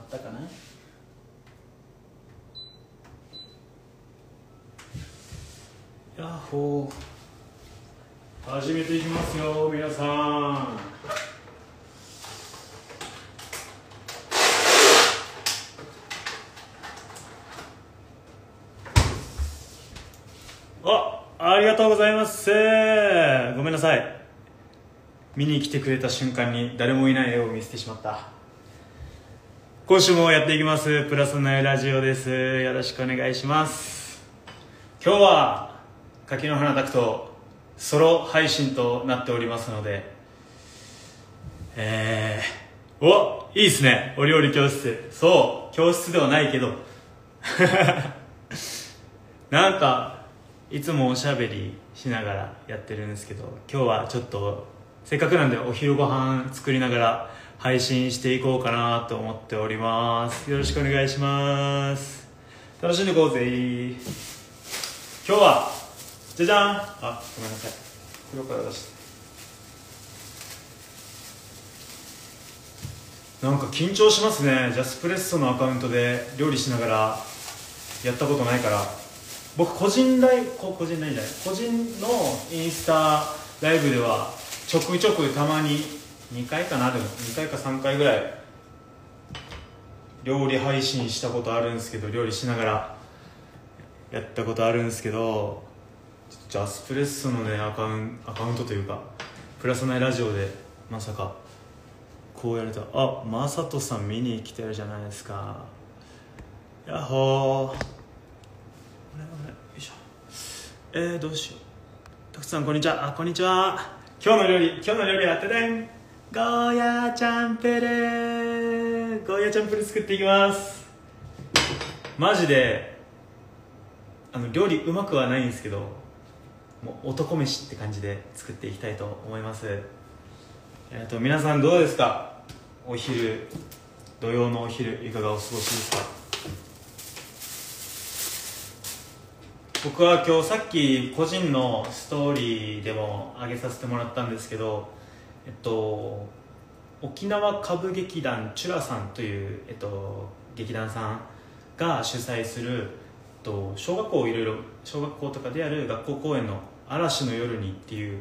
ったかな。やっほー、始めていきますよ皆さん。ありがとうございます。ごめんなさい、見に来てくれた瞬間に誰もいない絵を見せてしまった。今週もやっていきますプラスナイラジオです。よろしくお願いします。今日は柿の花タクトソロ配信となっておりますので、いいですね、お料理教室。そう、教室ではないけどなんかいつもおしゃべりしながらやってるんですけど、今日はちょっとせっかくなんでお昼ご飯作りながら配信していこうかなと思っております。よろしくお願いします。楽しんでいこうぜ。今日はじゃじゃん、あ、ごめんなさい、袋から出して。なんか緊張しますね。ジャスプレッソのアカウントで料理しながらやったことないから。僕個人のインスタライブではちょくちょくたまに2回かな、でも2回か3回ぐらい料理配信したことあるんですけど、料理しながらやったことあるんですけど、ジャスプレッソのねアカウントというかプラスナイラジオでまさかこうやると。あ、まさとさん見に来てるじゃないですか。やっほー。よいしょ。どうしよう。たくさんこんにちは。こんにちは。今日の料理やってね。ゴーヤーチャンプル作っていきます。マジで料理うまくはないんですけど、もう男飯って感じで作っていきたいと思います。皆さんどうですか。お昼、土曜のお昼いかがお過ごしですか。僕は今日さっき個人のストーリーでも上げさせてもらったんですけど、沖縄歌舞劇団チュラさんという、劇団さんが主催する、小学校とかでやる学校公演の嵐の夜にっていう、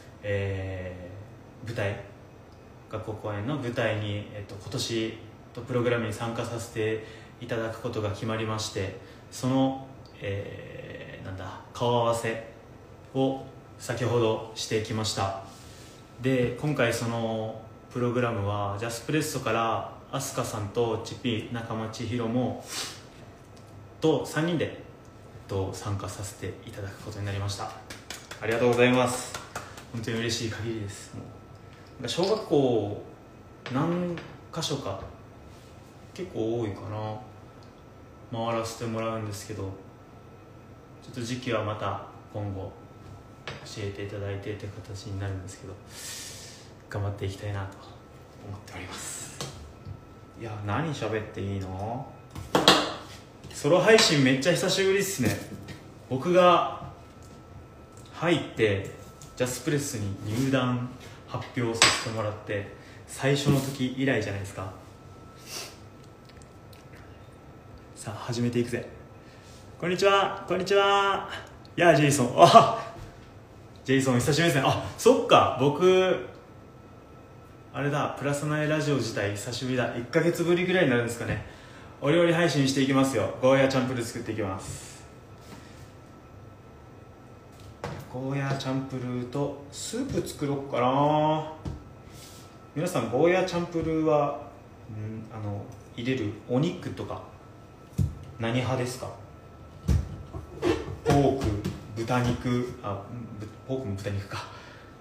舞台、学校公演の舞台に、今年プログラムに参加させていただくことが決まりまして、その、顔合わせを先ほどしてきました。で、今回そのプログラムはジャスプレッソからアスカさんとチピ中間千尋もと3人で参加させていただくことになりました。ありがとうございます。本当に嬉しい限りです。もう小学校何箇所か結構多いかな回らせてもらうんですけど、ちょっと時期はまた今後教えていただいてという形になるんですけど、頑張っていきたいなと思っております。いや、何喋っていいの。ソロ配信めっちゃ久しぶりっすね。僕が入ってジャスプレスに入団発表させてもらって最初の時以来じゃないですか。さあ始めていくぜ。こんにちは。いや、ジェイソン久しぶりですね。あ、そっか、僕あれだ、プラスナイラジオ自体久しぶりだ。1ヶ月ぶりぐらいになるんですかね。お料理配信していきますよ。ゴーヤーチャンプルー作っていきます。ゴーヤーチャンプルーとスープ作ろうかな。皆さんゴーヤーチャンプルーは入れるお肉とか何派ですか。ポーク、豚肉、ポークも豚肉か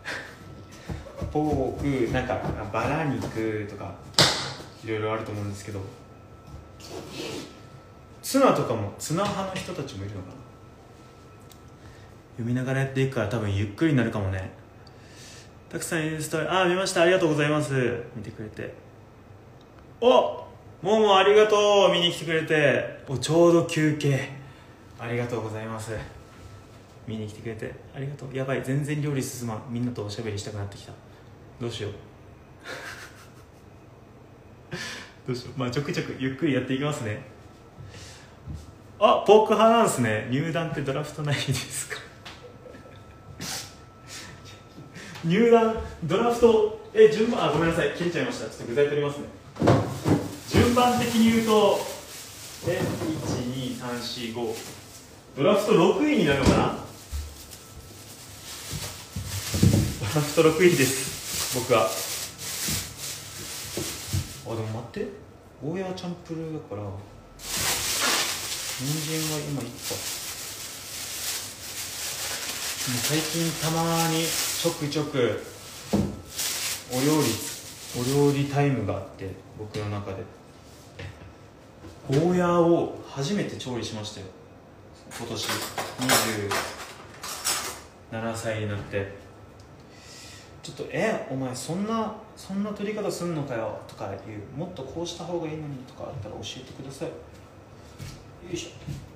ポーク、なんかバラ肉とかいろいろあると思うんですけど、ツナとかもツナ派の人たちもいるのかな。読みながらやっていくから多分ゆっくりになるかもね。たくさんインスタ、見ました、ありがとうございます。見てくれて、ももありがとう、見に来てくれて。ちょうど休憩、ありがとうございます。見に来てくれてありがとう。やばい、全然料理進まん。みんなとおしゃべりしたくなってきた。どうしようどうしよう。まあちょくちょくゆっくりやっていきますね。あ、ポーク派なんですね。入団ってドラフトないですか？入団ドラフト順番、ごめんなさい、切れちゃいました。ちょっと具材取りますね。順番的に言うと12345、ドラフト6位になるのかな。ドラフト6位です、僕は。あ、でも待って、ゴーヤーチャンプルーだから人参は今1個。最近たまにちょくちょくお料理タイムがあって、僕の中でゴーヤーを初めて調理しましたよ、今年27歳になって。ちょっとお前そんな取り方すんのかよとかいう、もっとこうした方がいいのにとかあったら教えてください。よいし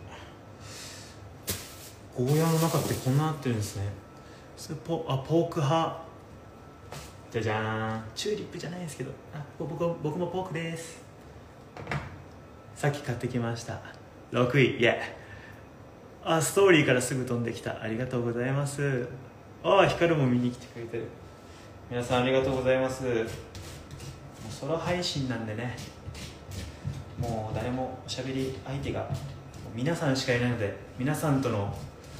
ょ。ゴーヤーの中ってこんななってるんですね。ポーク派。じゃじゃーん、チューリップじゃないですけど、僕もポークです。さっき買ってきました。6位、イエー。ストーリーからすぐ飛んできた。ありがとうございます。光も見に来てくれてる。皆さんありがとうございます。もうソロ配信なんでね、もう誰もおしゃべり相手が皆さんしかいないので、皆さんの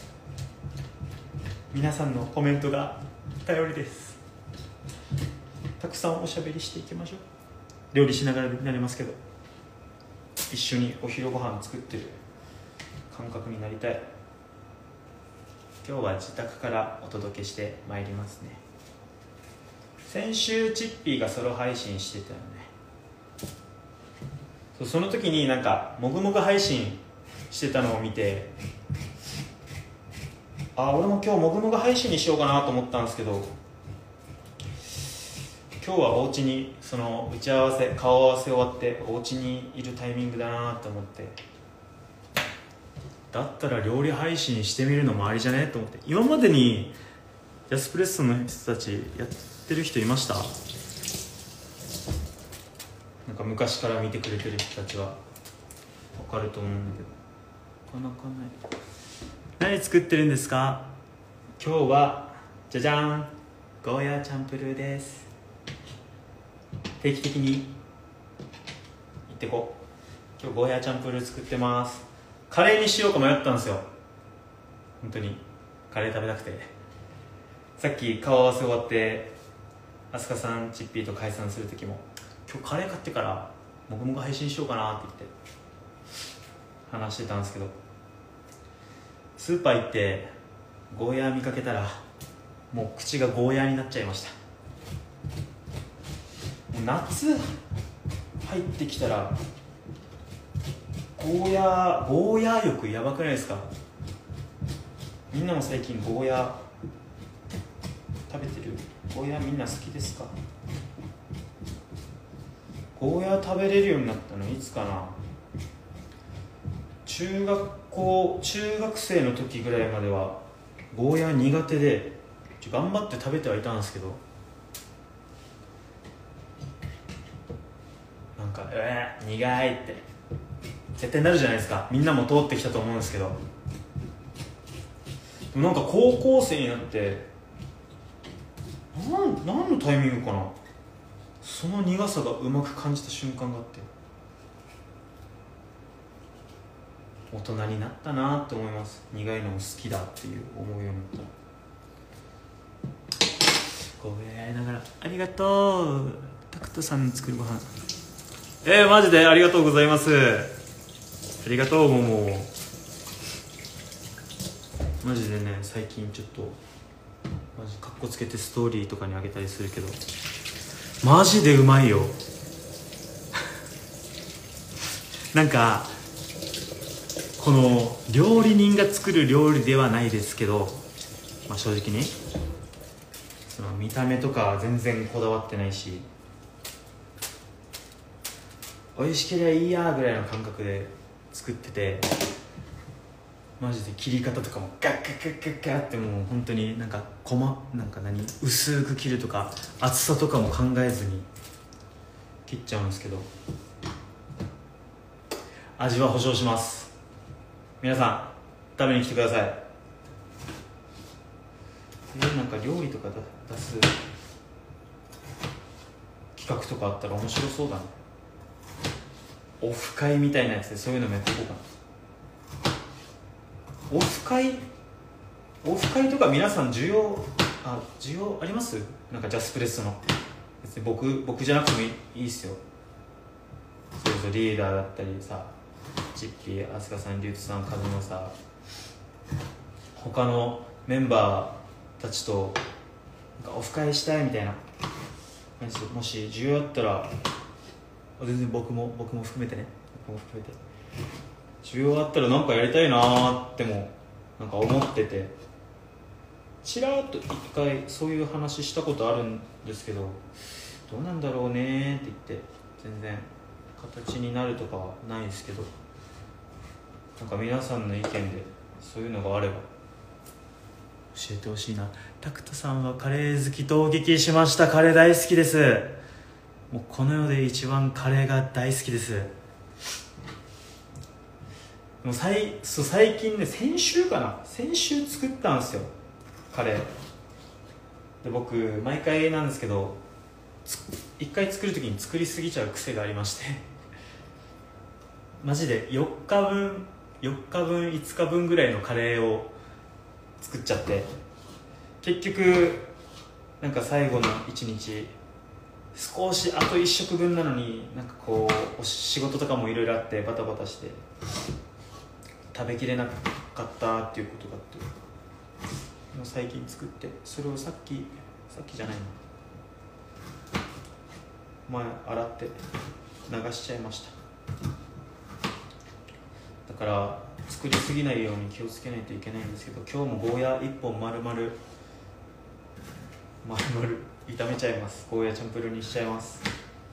コメントが頼りです。たくさんおしゃべりしていきましょう。料理しながらになりますけど、一緒にお昼ご飯作ってる感覚になりたい。今日は自宅からお届けしてまいりますね。先週チッピーがソロ配信してたよね。その時になんかもぐもぐ配信してたのを見て、俺も今日もぐもぐ配信にしようかなと思ったんですけど、今日はお家にその打ち合わせ顔合わせ終わってお家にいるタイミングだなと思って、だったら料理配信してみるのもありじゃねと思って。今までにジャスプレッソの人たちやってる人いました？なんか昔から見てくれてる人たちは分かると思うんだけど、なかなかない。何作ってるんですか？今日はじゃじゃーん、ゴーヤーチャンプルーです。定期的に行ってこう。今日ゴーヤーチャンプルー作ってます。カレーにしようか迷ったんですよ。本当にカレー食べたくて。さっき顔合わせ終わってアスカさんチッピーと解散する時も、今日カレー買ってからもぐもぐ配信しようかなって言って話してたんですけど、スーパー行ってゴーヤー見かけたらもう口がゴーヤーになっちゃいました。もう夏入ってきたらゴーヤー欲やばくないですか？みんなも最近ゴーヤー食べてる？ゴーヤーみんな好きですか？ゴーヤー食べれるようになったのいつかな。中学生の時ぐらいまではゴーヤー苦手で頑張って食べてはいたんですけど、なんか苦いって絶対なるじゃないですか。みんなも通ってきたと思うんですけど、なんか高校生になって何のタイミングかな、その苦さがうまく感じた瞬間があって、大人になったなって思います。苦いのも好きだっていう思うようになったら。ゴーヤーやりながらありがとう。タクトさんの作るご飯マジでありがとうございます。ありがとう。ももマジでね、最近ちょっとマジカッコつけてストーリーとかにあげたりするけど、マジでうまいよなんかこの料理人が作る料理ではないですけど、正直ね、その見た目とか全然こだわってないし、美味しければいいやぐらいの感覚で作ってて、マジで切り方とかもガッガッガッガッガッって、もう本当になんか薄く切るとか厚さとかも考えずに切っちゃうんですけど、 味は保証します。皆さん食べに来てください。なんか料理とか出す企画とかあったら面白そうだね。オフ会みたいなやつでそういうのもやっていこうかな。オフ会とか皆さん需要あります？なんかジャスプレッソの。別に僕じゃなくてもいいっすよ。そうリーダーだったりさ、チッピー、アスカさん、リュウトさん、カズノさ、他のメンバーたちとなんかオフ会したいみたいな、もし需要あったら全然僕も含めてね、需要あったらなんかやりたいなーってもなんか思ってて、ちらっと一回そういう話したことあるんですけど、どうなんだろうねって言って全然形になるとかはないですけど、なんか皆さんの意見でそういうのがあれば教えてほしいな。タクトさんはカレー好きとお聞きしました。カレー大好きです。もうこの世で一番カレーが大好きです。もう最近ね、先週作ったんですよ、カレーで。僕毎回なんですけど、一回作るときに作りすぎちゃう癖がありましてマジで4日分5日分ぐらいのカレーを作っちゃって、結局なんか最後の1日少しあと1食分なのに、なんかこう仕事とかもいろいろあってバタバタして食べきれなかったっていうことがあって、もう最近作って、それをさっきじゃないな、前洗って流しちゃいました。だから作りすぎないように気をつけないといけないんですけど、今日もゴーヤ1本丸々炒めちゃいます。ゴーヤチャンプルーにしちゃいます。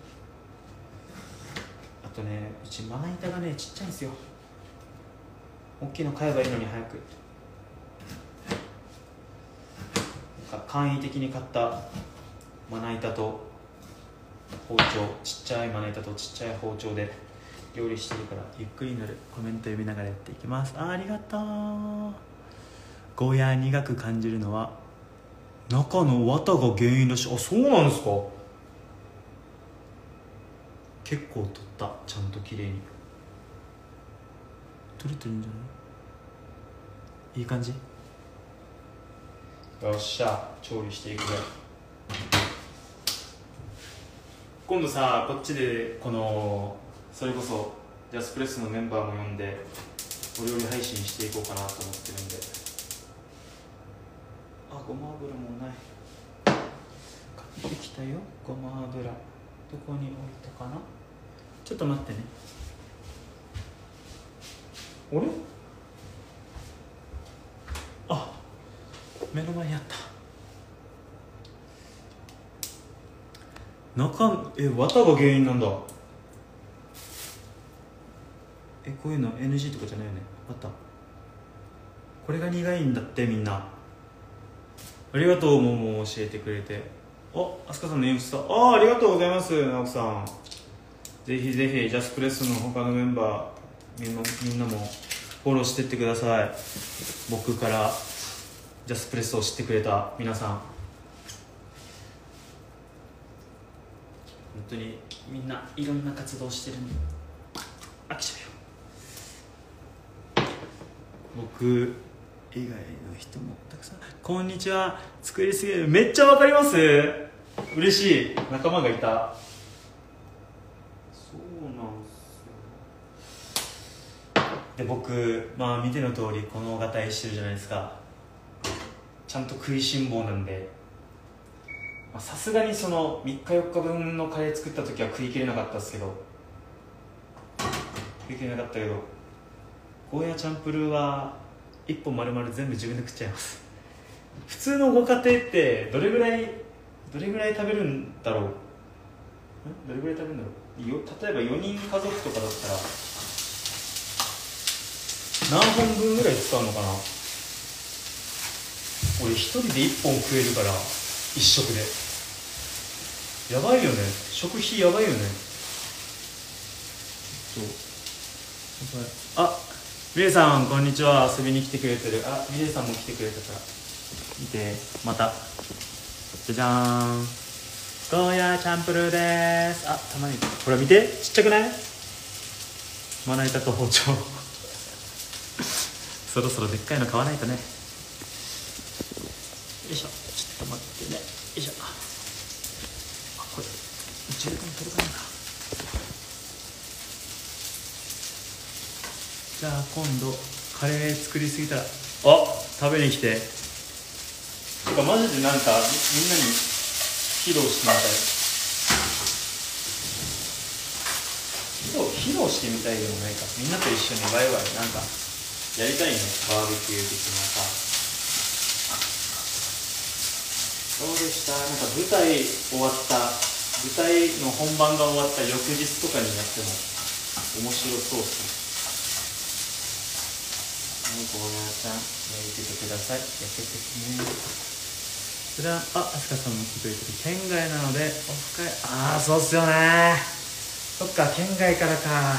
あとね、うちまな板がねちっちゃいんですよ。大きいの買えばいいのに早く。なんか簡易的に買ったまな板と包丁、ちっちゃいまな板とちっちゃい包丁で料理してるから、ゆっくりになる。コメント読みながらやっていきます。ありがとう。ゴーヤー苦く感じるのは中の綿が原因らしい。あ、そうなんですか。結構取った、ちゃんと綺麗に取れてるんじゃない？いい感じ。よっしゃ、調理していくぜ。今度さ、こっちでそれこそジャスプレッソのメンバーも呼んでお料理配信していこうかなと思ってるんで。あ、ごま油もない。買ってきたよ、ごま油。どこに置いたかな。ちょっと待ってね。あれ、あ、目の前にあった。綿が原因なんだ。こういうの NG とかじゃないよね。綿、これが苦いんだって。みんなありがとう。もう教えてくれて。あ、あすかさんのインスタ、ありがとうございます。直樹さん、ぜひぜひジャスプレッソの他のメンバーみんなもフォローしてってください。僕からジャスプレッソを知ってくれた皆さん、本当にみんないろんな活動してるんで飽きちゃうよ。僕以外の人もたくさん。こんにちは。作りすぎる、めっちゃわかります。嬉しい、仲間がいた。そうなんですよ。で僕、見ての通りこのがたいしてるじゃないですか。ちゃんと食いしん坊なんで、さすがにその3日4日分のカレー作った時は食い切れなかったですけど、ゴーヤチャンプルーは1本丸々全部自分で食っちゃいます。普通のご家庭ってどれぐらい食べるんだろう。例えば4人家族とかだったら何本分ぐらい使うのかな。俺1人で1本食えるから、1食で。やばいよね、食費やばいよね。 あ、ミレさんこんにちは。遊びに来てくれてる。あ、ミレさんも来てくれたから見て。またじゃじゃーん、ゴーヤーチャンプルーです。あ、たまにほら見て、ちっちゃくない？まな板と包丁そろそろでっかいの買わないとね。よいしょ、ちょっと待ってね。よいしょ。あ、これ十分取るかな。じゃあ今度カレー作りすぎたら、食べに来て。てかマジでなんかみんなに披露してみたい。披露してみたいでもないか。みんなと一緒にワイワイなんかやりたいね。バーベキュー的なさ。どうでした？なんか舞台終わった、舞台の本番が終わった翌日とかにやっても面白そうっすね。はい、ゴーヤーちゃん焼いててください。焼けてくね。それは、あすかさんも来てくれてる。県外なのでオフ会。そうっすよね。そっか、県外からか。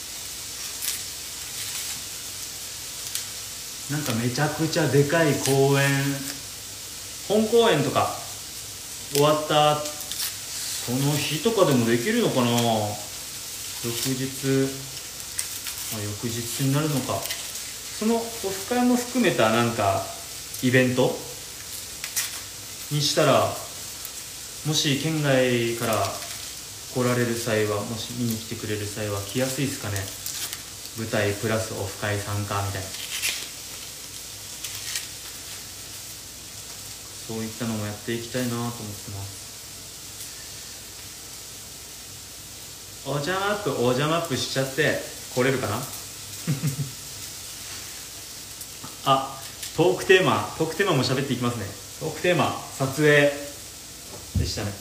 なんかめちゃくちゃでかい公演、本公演とか終わったその日とかでもできるのかな。翌日になるのか。そのオフ会も含めたなんかイベントにしたら、もし県外から来られる際は、もし見に来てくれる際は来やすいですかね。舞台プラスオフ会参加みたいな、そういったのもやっていきたいなと思ってます。お邪魔アップしちゃって来れるかなトークテーマも喋っていきますね。トークテーマ、撮影でしたね。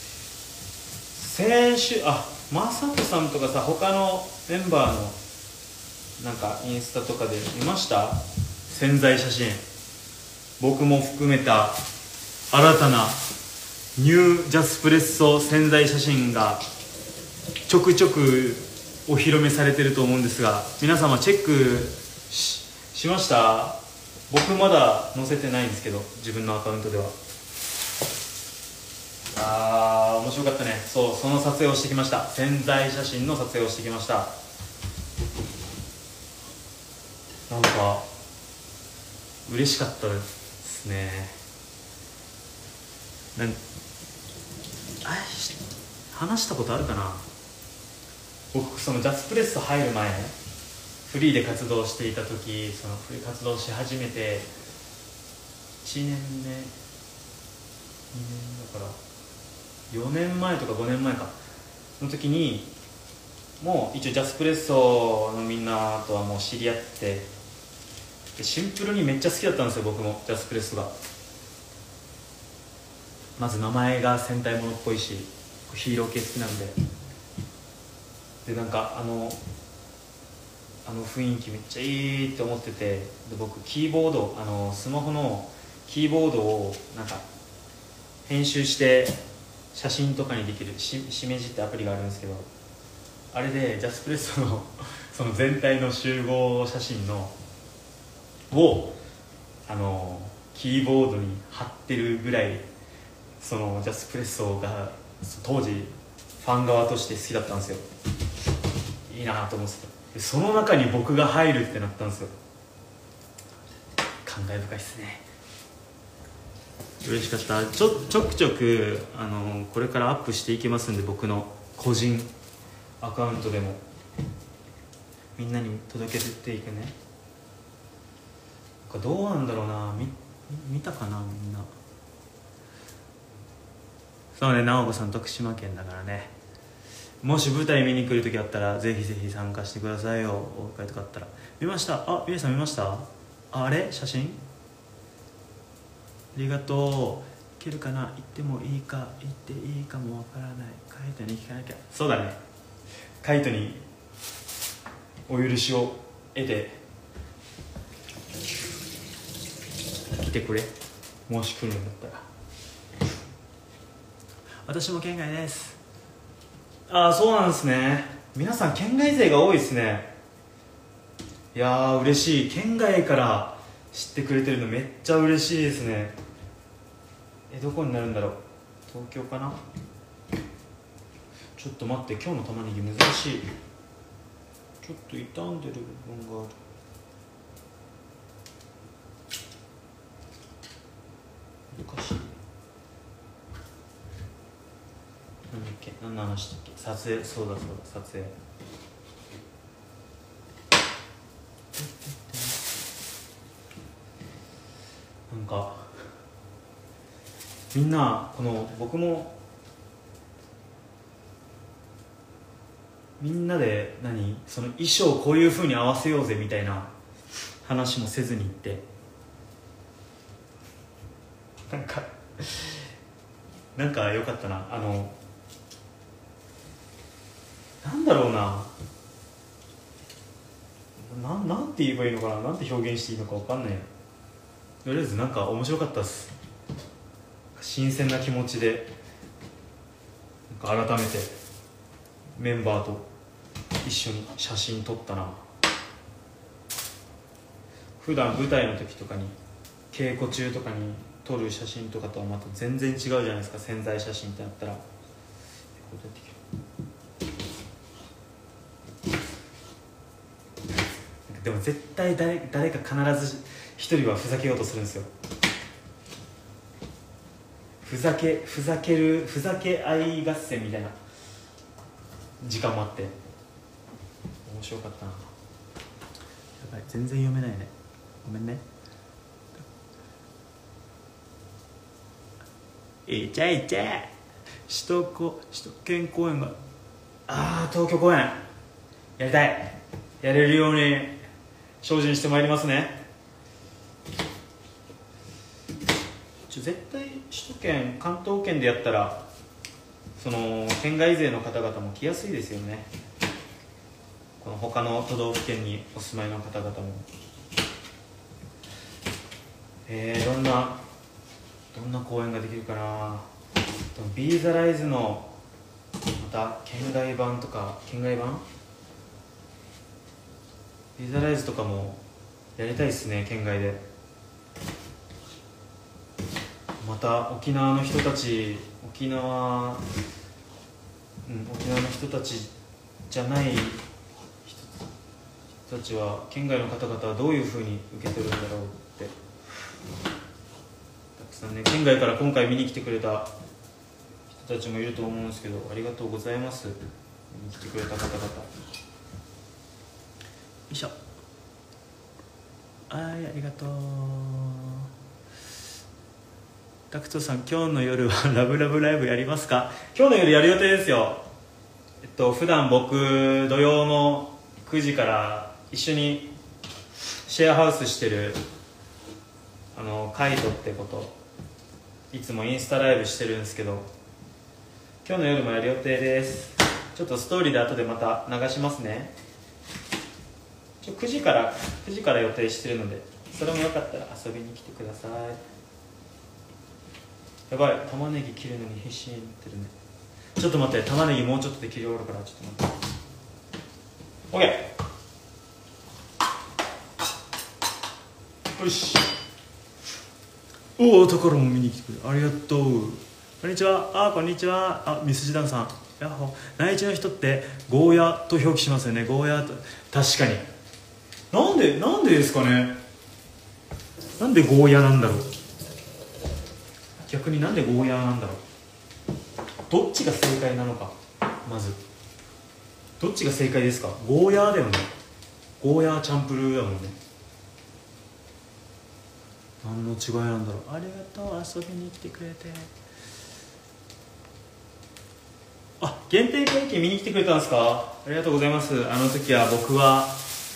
先週、マサトさんとかさ、他のメンバーのなんかインスタとかで見ました？宣材写真、僕も含めた新たなニュージャスプレッソ宣材写真がちょくちょくお披露目されてると思うんですが、皆様チェック しました？僕まだ載せてないんですけど、自分のアカウントでは。面白かったね。その撮影をしてきました。宣材写真の撮影をしてきました。なんか嬉しかったですね。話したことあるかな。僕そのジャスプレッソ入る前、フリーで活動していた時、そのフリー活動し始めて1年目2年だから4年前とか5年前かの時に、もう一応ジャスプレッソのみんなとはもう知り合って、でシンプルにめっちゃ好きだったんですよ。僕もジャスプレッソがまず名前が戦隊ものっぽいし、ヒーロー系好きなんで、なんかあの雰囲気めっちゃいいって思ってて、で僕キーボード、スマホのキーボードをなんか編集して写真とかにできるしめじってアプリがあるんですけど、あれでジャスプレッソのその全体の集合写真をキーボードに貼ってるぐらい、そのジャスプレッソが当時ファン側として好きだったんですよ。いいなと思ってた。その中に僕が入るってなったんですよ。感慨深いですね。嬉しかった。ちょくちょくこれからアップしていきますんで、僕の個人アカウントでもみんなに届けていくね。どうなんだろうな。見たかなみんな。そうね、直子さん徳島県だからね。もし舞台見に来る時あったらぜひぜひ参加してくださいよ。オフ会とかあったら。見ました？皆さん見ました？あれ写真ありがとう。いけるかな。行ってもいいか行っていいかもわからない。カイトに聞かなきゃ。そうだね、カイトにお許しを得て来てくれ。もし来るんだったら。私も県外です。そうなんですね。皆さん県外勢が多いですね。 いやー嬉しい。県外から知ってくれてるのめっちゃ嬉しいですね。どこになるんだろう。東京かな。ちょっと待って、今日の玉ねぎ珍しい。ちょっと傷んでる部分がある。難しい。なんだっけ、何の話だっけ。撮影、そうだ撮影。なんかみんな僕もみんなでその衣装をこういう風に合わせようぜみたいな話もせずに行って、なんか良かったな。なんだろうな、なんて言えばいいのかな、なんて表現していいのか分かんない。とりあえずなんか面白かったっす。新鮮な気持ちでなんか改めてメンバーと一緒に写真撮ったな。普段舞台の時とかに稽古中とかに撮る写真とかとはまた全然違うじゃないですか。宣材写真ってなったらでも絶対誰か必ず一人はふざけようとするんですよ。ふざけ合い合戦みたいな時間もあって面白かったな。やばい、全然読めないね、ごめんね。いちゃいちゃ首都圏公演が東京公演やりたい。やれるように精進してまいりますね。絶対首都圏関東圏でやったらその県外勢の方々も来やすいですよね。この他の都道府県にお住まいの方々もどんな公演ができるかな。ビーザライズのまた県外版ビーザライズとかもやりたいですね。県外でまた沖縄の人たちの人たちじゃない人たちは、県外の方々はどういうふうに受け取るんだろうってたくさんね、県外から今回見に来てくれた人たちもいると思うんですけど、ありがとうございます。見に来てくれた方々。よいしょ。ありがとう。タクトさん、今日の夜はラブラブライブやりますか？今日の夜やる予定ですよ。普段僕土曜の9時から一緒にシェアハウスしてるカイトってこといつもインスタライブしてるんですけど、今日の夜もやる予定です。ちょっとストーリーで後でまた流しますね。9時から予定してるので、それもよかったら遊びに来てください。やばい、玉ねぎ切るのに必死になってるね。ちょっと待って、玉ねぎもうちょっとで切り終わるから、ちょっと待って。 OK。 よし。お宝も見に来てくれありがとう。こんにちは。こんにちは。ミスジダンさん、やっほ。内地の人ってゴーヤと表記しますよね。ゴーヤと。確かに。なんでですかね。なんでゴーヤなんだろう。逆になんでゴーヤなんだろう。どっちが正解なのか。まずどっちが正解ですか。ゴーヤーだよね。ゴーヤーチャンプルーだもんね。何の違いなんだろう。ありがとう、遊びに来てくれて。限定ケーキ見に来てくれたんですか。ありがとうございます。あの時は僕は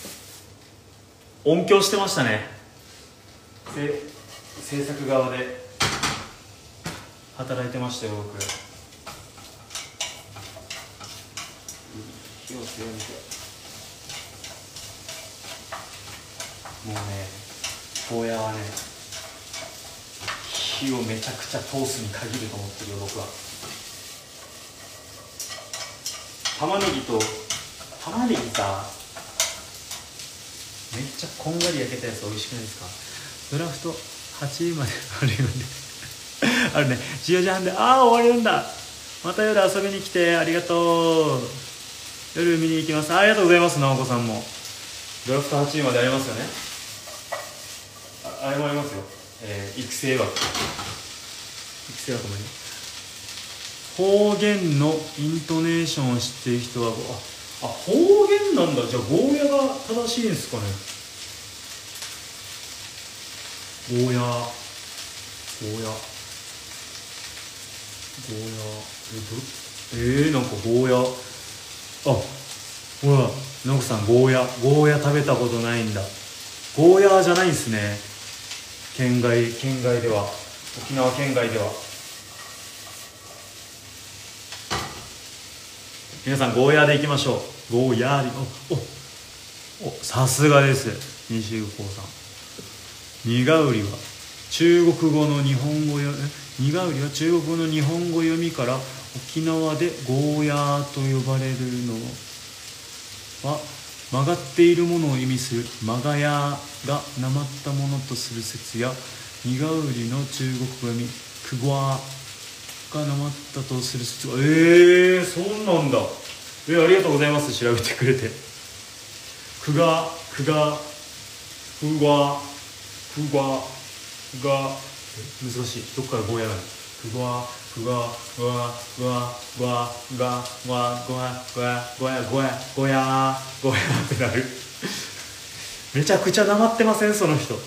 音響してましたね。制作側で働いてましたよ、僕。火を強めて。もうね、ゴーヤはね、火をめちゃくちゃ通すに限ると思ってるよ、僕は。玉ねぎさ、 めっちゃこんがり焼けたやつ美味しくないですか？ドラフト8位まであるよねあるね、14時半で、ああ終わるんだ。また夜遊びに来てありがとう。夜見に行きます。ありがとうございます。直子さんもドラフト8位までありますよね。あれもありますよ、育成枠もあります。方言のイントネーションを知っている人は、方言なんだ。じゃあゴーヤが正しいんですかね。ゴーヤなんかゴーヤ、あ、ほらノコさんゴーヤ食べたことないんだ。ゴーヤじゃないんですね。県外では、沖縄県外では。皆さんゴーヤーでいきましょう。ゴーヤーで、おさすがです。西郷さん。ニガウリは中国語の日本語読みから沖縄でゴーヤーと呼ばれるのは曲がっているものを意味するマガヤーがなまったものとする説や、ニガウリの中国語読みクゴアがなまったとする説が、そうなんだ。ありがとうございます。調べてくれて。クガ難しい。どっからゴーヤなの。クガってなるめちゃくちゃなまってませんその人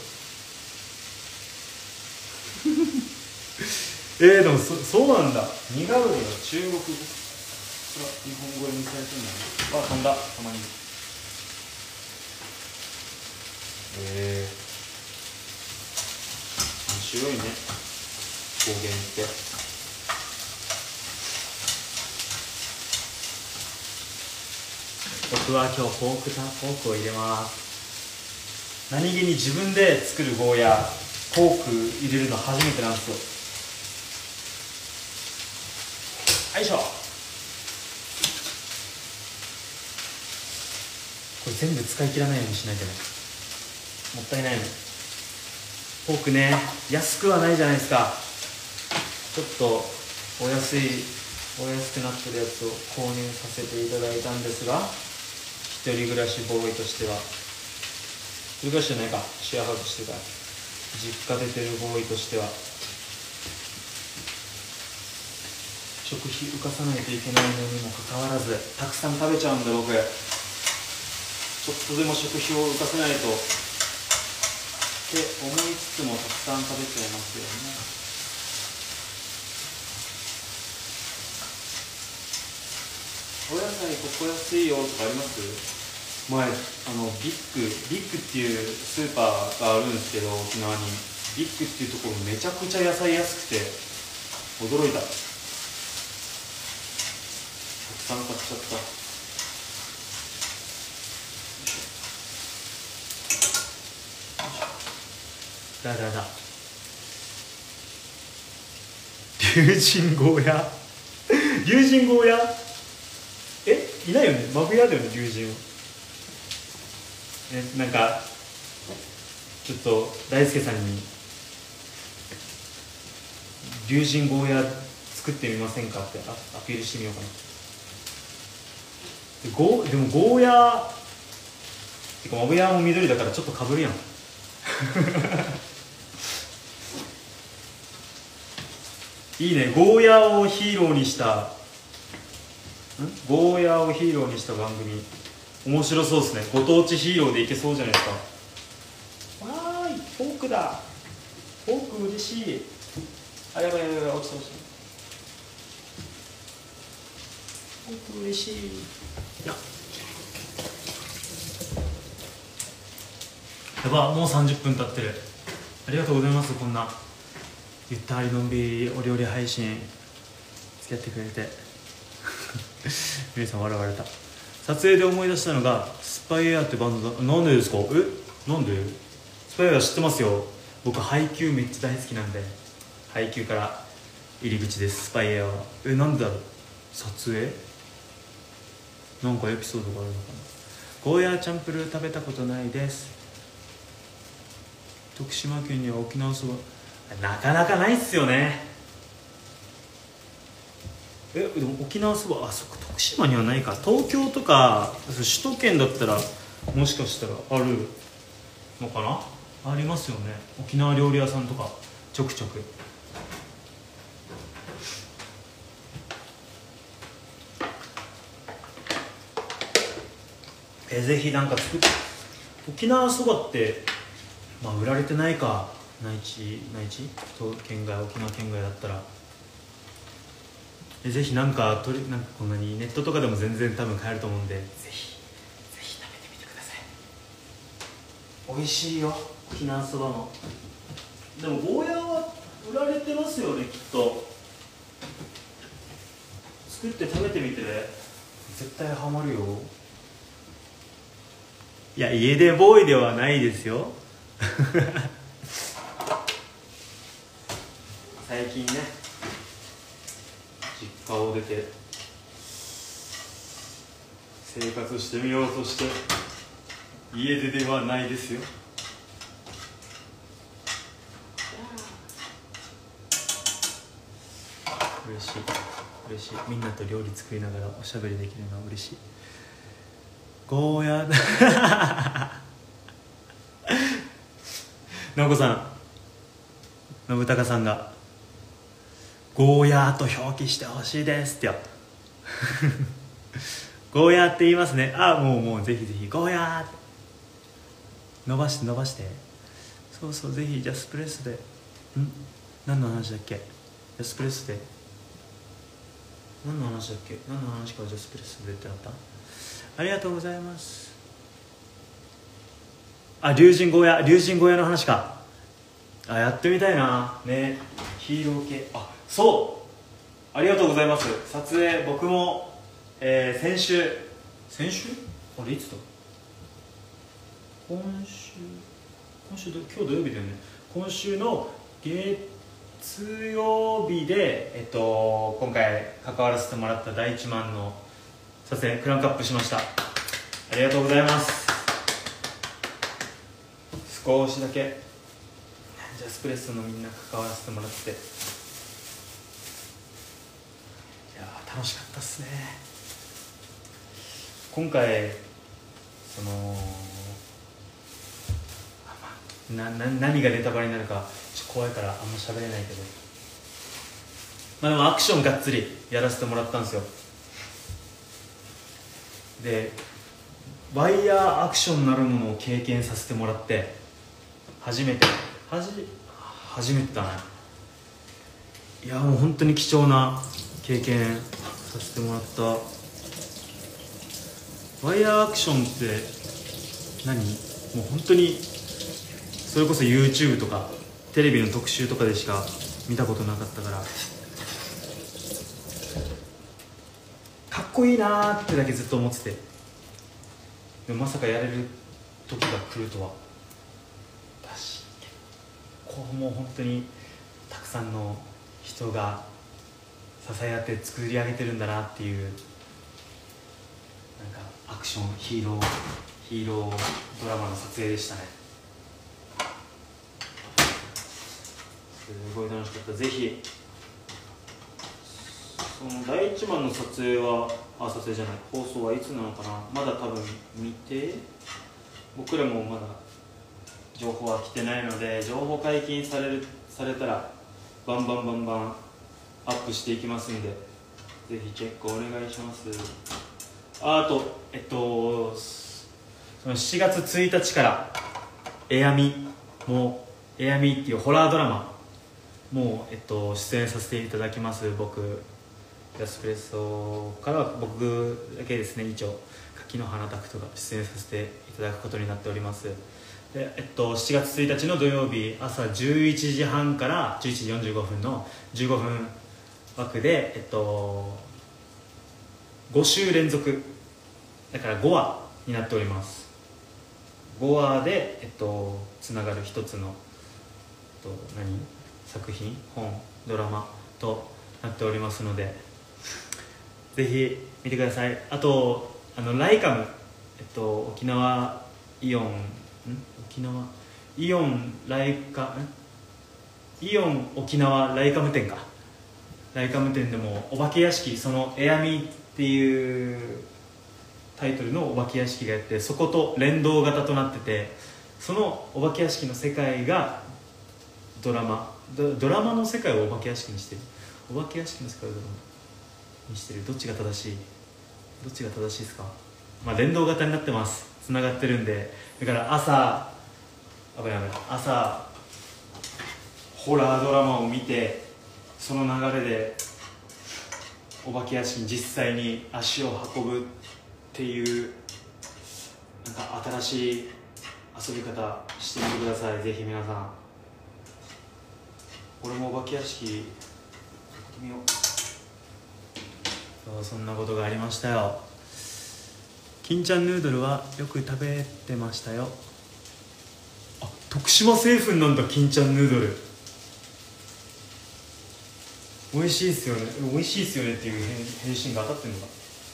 でもそうなんだ。ニガウリの中国語、これは日本語にされてるんだね。飛んだ、たまに。面白いね、方言って。僕は今日ポークを入れます。何気に自分で作るゴーヤポーク入れるの初めてなんですよ。よいしょ。これ全部使い切らないようにしないとね、もったいないの。ポークね、安くはないじゃないですか。ちょっとお安くなってるやつを購入させていただいたんですが、一人暮らしボーイとしては、一人暮らしじゃないか、シェアハウスしてた実家出てるボーイとしては、食費浮かさないといけないのにもかかわらずたくさん食べちゃうんだ僕。ちょっとでも食費を浮かせないとって思いつつもたくさん食べちゃいますよね。お野菜ここ安いよとかあります？前ビッグっていうスーパーがあるんですけど、沖縄にビッグっていうところめちゃくちゃ野菜安くて驚いた。たくさん買っちゃった。龍神ゴーヤいないよね。マグヤだよね、龍神は。なんかちょっと大輔さんに龍神ゴーヤ作ってみませんかってアピールしてみようかな。でもゴーヤってかマグヤも緑だからちょっとかぶるやんいいね、ゴーヤをヒーローにした番組面白そうですね。ご当地ヒーローでいけそうじゃないですか。わーい、フォークだ。フォーク嬉しい。あ、やばい落ちた。フォーク嬉しい。やば、もう30分経ってる。ありがとうございます。こんなゆったりのんびりお料理配信付き合ってくれて皆さん笑われた。撮影で思い出したのがスパイエアってバンドだ。なんでですか？なんで？スパイエア知ってますよ。僕配給めっちゃ大好きなんで、配給から入り口です。スパイエアはなんでだろう。撮影なんかエピソードがあるのかな。ゴーヤーチャンプルー食べたことないです。 徳島県には沖縄そばなかなかないっすよね。でも沖縄そば、あ、そっか、徳島にはないか。東京とか首都圏だったらもしかしたらあるのかな。ありますよね、沖縄料理屋さんとかちょくちょく。ぜひなんか作って。沖縄そばって、まあ、売られてないか、内地と県外、沖縄県外だったらぜひなんかこんなにネットとかでも全然多分買えると思うんで、ぜひ食べてみてください。美味しいよ沖縄そばも。でもゴーヤーは売られてますよね、きっと。作って食べてみてね、絶対ハマるよ。いや、家出ボーイではないですよ最近ね、実家を出て生活してみようとして家出ではないですよ。嬉しい。みんなと料理作りながらおしゃべりできるのは嬉しい。ゴーヤー信子さん、信孝さんがゴーヤーと表記してほしいですってよゴーヤーって言いますね。あ、もうぜひぜひゴーヤーって伸ばしてそう、ぜひジャスプレスで。何の話だっけ。ジャスプレスで何の話からジャスプレスでってなった。ありがとうございます。あ、竜神ゴーヤの話か。あ、やってみたいなね、ヒーロー系。あ、そう、ありがとうございます。撮影僕も、先週あれいつだ、今週今日土曜日だよね。今週の月曜日で、今回関わらせてもらった第1万の撮影クランクアップしました。ありがとうございます。少しだけジャスプレッソのみんな関わらせてもらって、いや楽しかったっすね。今回その何がネタバレになるかちょっと怖いからあんま喋れないけど、まあでもアクションがっつりやらせてもらったんですよ。でワイヤーアクションなるものを経験させてもらって、初めてだね。いやもう本当に貴重な経験させてもらった。ワイヤーアクションってもう本当にそれこそ YouTube とかテレビの特集とかでしか見たことなかったから、かっこいいなーってだけずっと思ってて、でもまさかやれる時が来るとは。私こうもう本当にたくさんの人が支え合って作り上げてるんだなっていう、なんかアクションヒーロードラマの撮影でしたね。すごい楽しかった。ぜひその第1話の撮影は撮影じゃない、放送はいつなのかな。まだ多分見て、僕らもまだ情報は来てないので、情報解禁されたらバンバンアップしていきますんで、ぜひチェックお願いします。あとその7月1日からエアミっていうホラードラマも出演させていただきます。僕ジャスプレッソからは僕だけですね、一応柿の花タクトが出演させていただくことになっております。で、7月1日の土曜日朝11時半から11時45分の15分枠で、5週連続だから5話になっております。5話で、つながる一つの、作品、本、ドラマとなっておりますので、ぜひ見てください。あとライカム、沖縄イオンイオン沖縄ライカム店か、ライカム店でもお化け屋敷、そのエアミーっていうタイトルのお化け屋敷がやって、そこと連動型となってて、そのお化け屋敷の世界がドラマの世界をお化け屋敷にしてる、お化け屋敷の世界をドラマにしてる、どっちが正しいですか。まあ連動型になってます、つながってるんで。だから朝ホラードラマを見て、その流れでお化け屋敷に実際に足を運ぶっていう、なんか新しい遊び方してみてください、ぜひ皆さん。俺もお化け屋敷行ってみよう。そんなことがありましたよ。金ちゃんヌードルはよく食べてましたよ。あ、徳島製粉なんだ、金ちゃんヌードル。美味しいっすよねっていう返信が当たってんのか。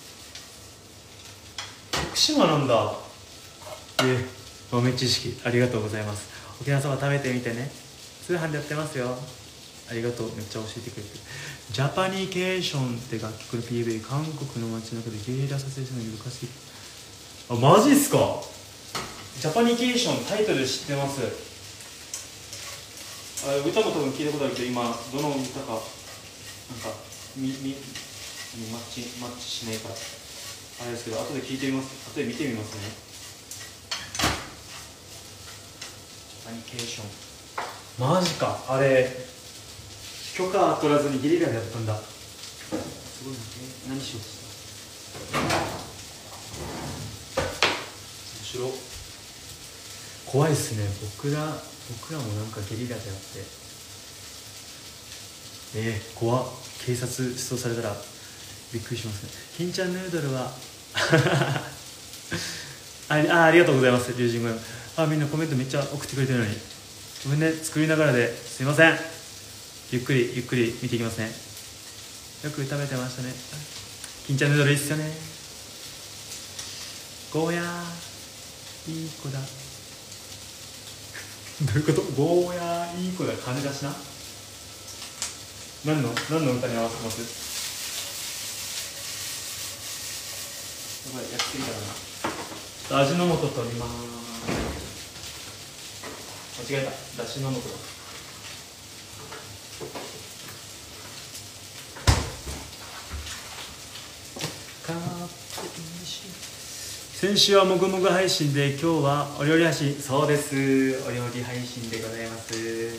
徳島なんだ。豆知識ありがとうございます。沖縄そば食べてみてね、通販でやってますよ。ありがとう、めっちゃ教えてくれてる。ジャパニケーションって楽曲の PV、 韓国の街中でゲリラ撮影するの難しい。あ、マジっすか。ジャパニケーションタイトル知ってます。歌も多分聞いたことあるけど、今どの歌かなんかマッチしないからあれですけど、後で聞いてみます、後で見てみますね。ジャパニケーション、マジか。あれ許可取らずにゲリラでやったんだ。すごいな。何しようとした面白。怖いっすね。僕らもなんかゲリラでやって、怖っ。警察出動されたらびっくりしますね。金ちゃんヌードルはありがとうございます、龍神語。みんなコメントめっちゃ送ってくれてるのにごめんね、作りながらですいません。ゆっくり見ていきますね。よく食べてましたね。金ちゃんヌードルいいっすよね。ゴーヤーいい子だ。どういうこと？ゴーヤーいい子だ、金出しな。何の歌に合わせてます？やばい、やってみたかな。味の素取ります。間違えた、だしの素だ。先週はもぐもぐ配信で、今日はお料理配信。そうです、お料理配信でございます。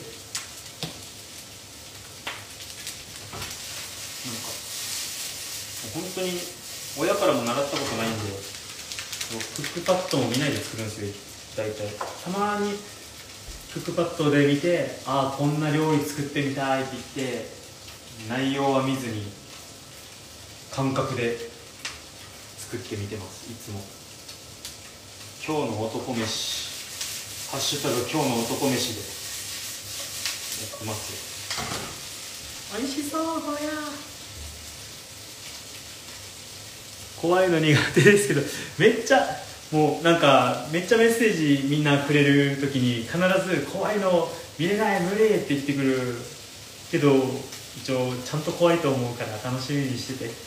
なんか本当に親からも習ったことないんで、クックパッドも見ないで作るんですよ。大体たまにクックパッドで見て、こんな料理作ってみたいって言って、内容は見ずに感覚で作ってみてます。いつも今日の男飯、ハッシュタグ今日の男飯でやってますよ。おいしそう。ゴーヤー怖いの苦手ですけど、めっちゃメッセージみんなくれるときに必ず怖いの見れない無理って言ってくるけど、一応ちゃんと怖いと思うから楽しみにしてて、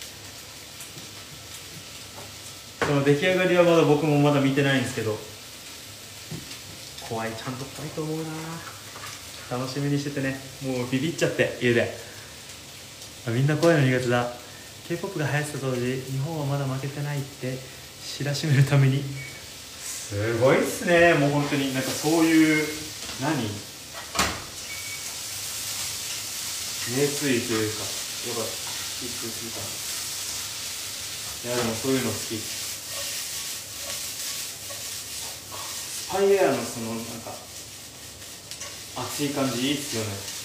その出来上がりは僕もまだ見てないんですけど、ちゃんと怖いと思うな。楽しみにしててね。もうビビっちゃって家で、みんな怖いの苦手だ。K-POP が流行ってた当時、日本はまだ負けてないって知らしめるために。すごいっすね。もう本当になんかそういう熱意というか、やばい、いやでもそういうの好き。スパイエアのそのなんか熱い感じいいっすよね。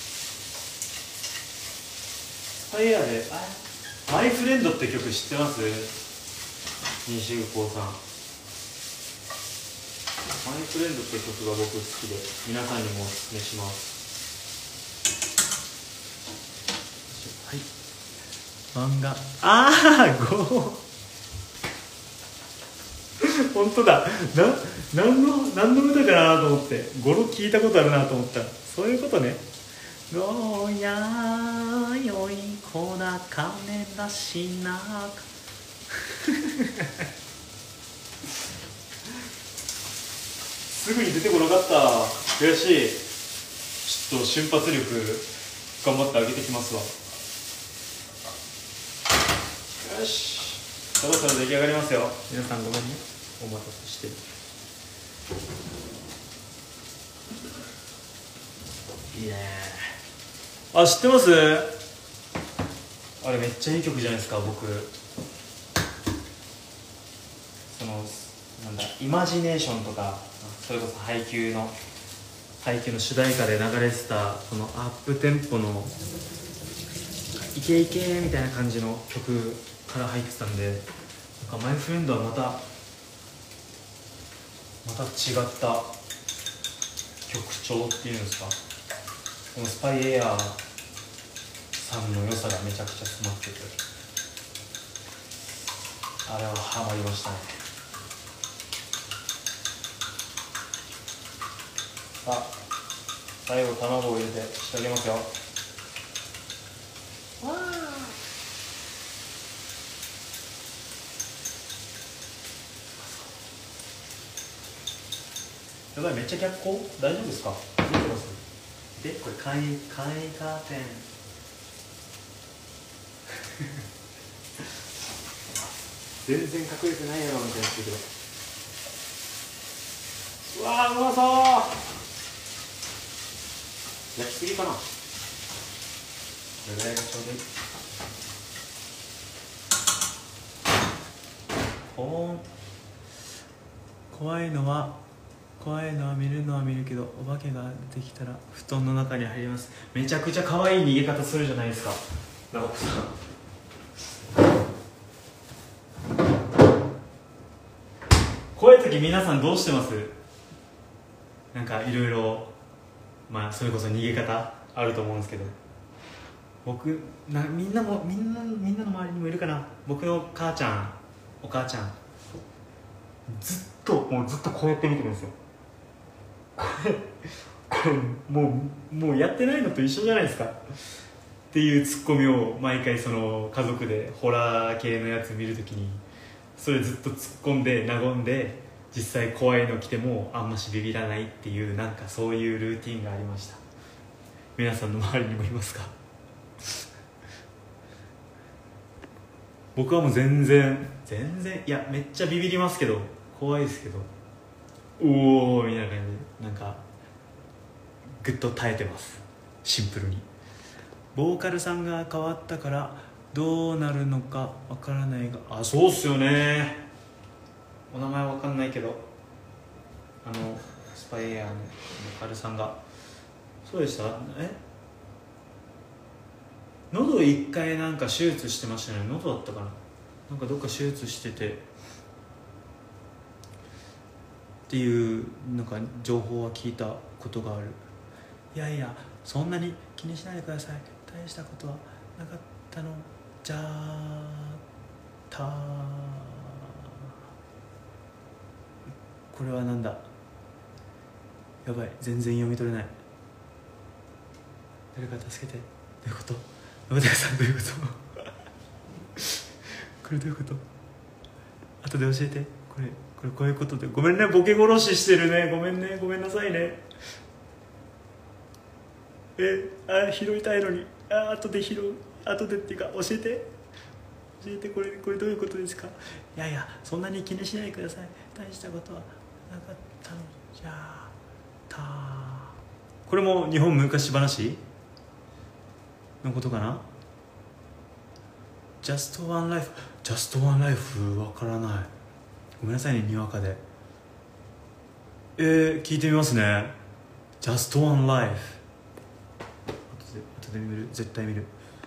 スパイエアでマイフレンドって曲知ってます？西郷さん。マイフレンドって曲が僕好きで、皆さんにもおすすめします。漫画本当だ。何の歌かなと思って、語呂聞いたことあるなと思ったら、そういうことね。どうやよい子だ金出しなすぐに出てこなかった。悔しい。ちょっと瞬発力頑張って上げてきますわ。よし、そろそろ出来上がりますよ。皆さんごめんね、お待たせしてる。いいね。あ、知ってます？あれめっちゃいい曲じゃないですか。僕なんだ、イマジネーションとか、それこそ配給の主題歌で流れてたこのアップテンポのイケイケみたいな感じの曲から入ってたんで、なんかマイフレンドはまた違った曲調っていうんですか、このスパイエアーさんの良さがめちゃくちゃ詰まってて、あれはハマりましたね。さあ、最後卵を入れて仕上げますよ。わー、やばい、めっちゃ逆光大丈夫ですか？見てます？で、これ簡易カーテン全然隠れてないやろみたいなってるけど、うわー、うまそう。焼きすぎかな。これぐらいがちょうどいい。怖いのは見るのは見るけど、お化けが出てきたら布団の中に入ります。めちゃくちゃ可愛い逃げ方するじゃないですか、直子さん。こういう時皆さんどうしてます？なんかいろいろ、まあそれこそ逃げ方あると思うんですけど、僕みんなの周りにもいるかな。僕のお母ちゃんずっとこうやって見てるんですよ。これもうやってないのと一緒じゃないですかっていうツッコミを毎回、その家族でホラー系のやつ見るときにそれずっと突っ込んで和んで、実際怖いの来てもあんましビビらないっていう、なんかそういうルーティンがありました。皆さんの周りにもいますか？僕はもう全然いや、めっちゃビビりますけど、怖いですけど、おーみたいな感じで、なんかぐっと耐えてます。シンプルにボーカルさんが変わったからどうなるのかわからないが、あ、そうっすよね。お名前わかんないけど、スパイエアのボーカルさんがそうでした。喉一回なんか手術してましたね。喉だったかな、なんかどっか手術しててっていうなんか情報は聞いたことがある。いやいや、そんなに気にしないでください、大したことはなかったのじゃた。これはなんだ、やばい、全然読み取れない。誰か助けて。どういうこと？山田さん、どういうことこれどういうこと？後で教えて。これこういうことで、ごめんね、ボケ殺ししてるね、ごめんなさいね。拾いたいのに、後でっていうか教えて、これどういうことですか？いやいや、そんなに気にしないでください、大したことはなかったのじゃた。これも日本昔話のことかな。 Just One Life わからない、ごめんなさいね、にわかで。聞いてみますね。 Just One Life、 後で見る、絶対見る。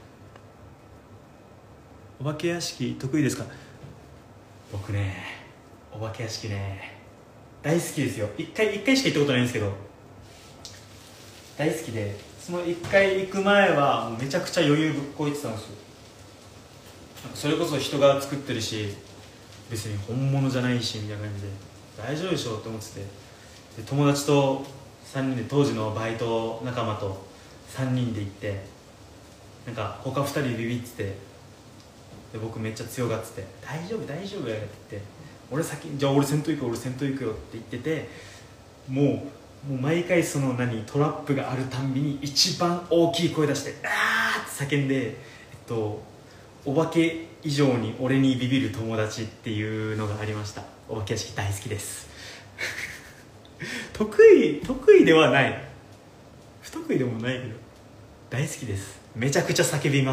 お化け屋敷得意ですか？僕ね、お化け屋敷ね大好きですよ。一回しか行ったことないんですけど大好きで、その1回行く前はもうめちゃくちゃ余裕ぶっこいてたんですよ。なんかそれこそ人が作ってるし、 別に本物じゃないしみたいな感じで大丈夫でしょって思ってて、で友達と3人で当時のバイト仲間と3人で行って、なんか他2人ビビってて、で僕めっちゃ強がってて大丈夫大丈夫って言って、俺先じゃあ俺先頭行くよ俺先頭行くよって言ってて、もう毎回そのトラップがあるたんびに一番大きい声出してあーって叫んで、お化け以上に俺にビビる友達っていうのがありました。お化け屋敷大好きです得意ではない、不得意でもないけど大好きです。めちゃくちゃ叫びます。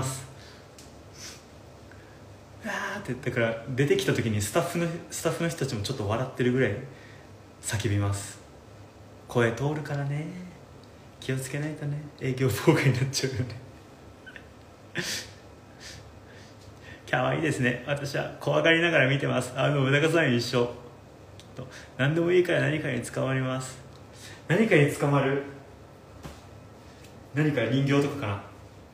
あーって言ったから出てきた時にスタッフの人たちもちょっと笑ってるぐらい叫びます。声通るからね、気をつけないとね、営業妨害になっちゃうよね可愛いですね。私は怖がりながら見てます。信長さん一緒。何でもいいから何かに捕まります。何かに捕まる、何か人形とかかな。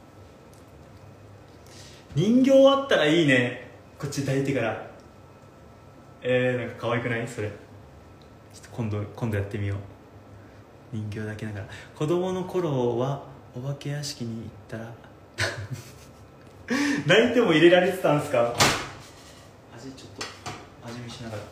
人形あったらいいね、こっち抱いてから。なんか可愛くないそれ。ちょっと今度やってみよう。人形だけながら。子供の頃はお化け屋敷に行ったら泣いても入れられてたんすか。ちょっと味見しながら。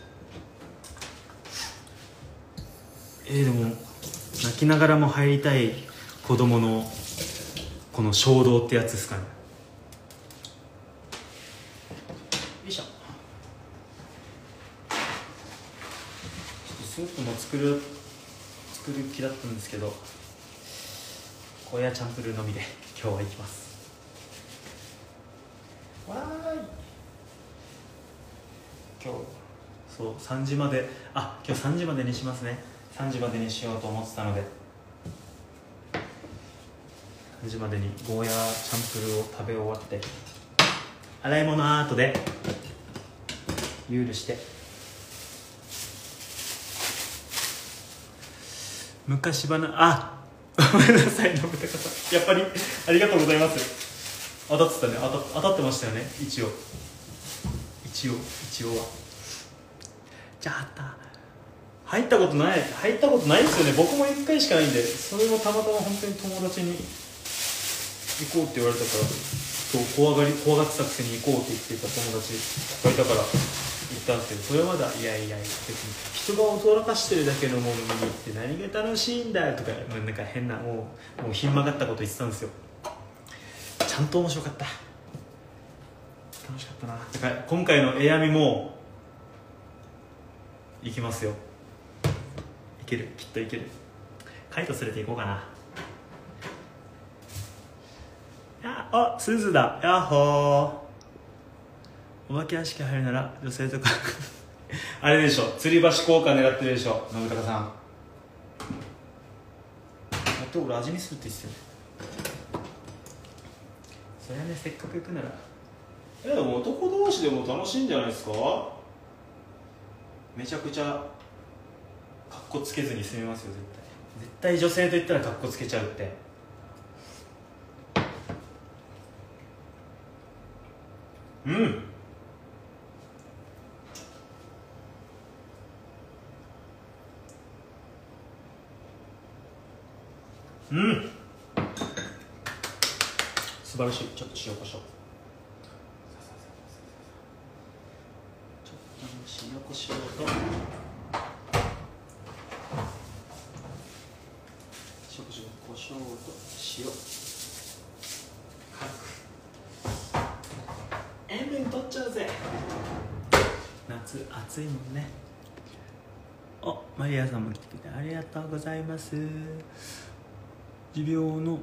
でも泣きながらも入りたい子供のこの衝動ってやつですかね。よいしょ。スープも作る気だったんですけど、ゴーヤチャンプルーのみで今日は行きます。わーい。今日そう3時まで、今日3時までにしますね。3時までにしようと思ってたので、3時までにゴーヤチャンプルーを食べ終わって、洗い物は後でユールして、昔話、ごめんなさい、信孝さん、やっぱりありがとうございます。当たってたね、当たってましたよね。一応はじゃあ入ったことないですよね。僕も1回しかないんで、それもたまたま本当に友達に行こうって言われたから、そう怖がってたくせに行こうって言ってた友達がいたから行ったんですけど、それまでいや別に人が驚かしてるだけのものに行って何が楽しいんだよとか、なんか変なもうひん曲がったこと言ってたんですよ。ちゃんと面白かった、楽しかったな。だから今回のエアミも行きますよ。いける、きっといける。カイト連れて行こうかな。スズだ、やっほー。お化け屋敷入るなら女性とかあれでしょ、吊り橋効果狙ってるでしょ、信孝さん。だって俺味見するって言ってたよね。それはね、せっかく行くなら。でも男同士でも楽しいんじゃないですか。めちゃくちゃかっこつけずに済みますよ。絶対女性と言ったらかっこつけちゃうって。素晴らしい。ちょっと塩コショウ、塩コショウとコショウと塩、塩分取っちゃうぜ。夏暑いもんね。マリアさんも来てくれてありがとうございます。持病の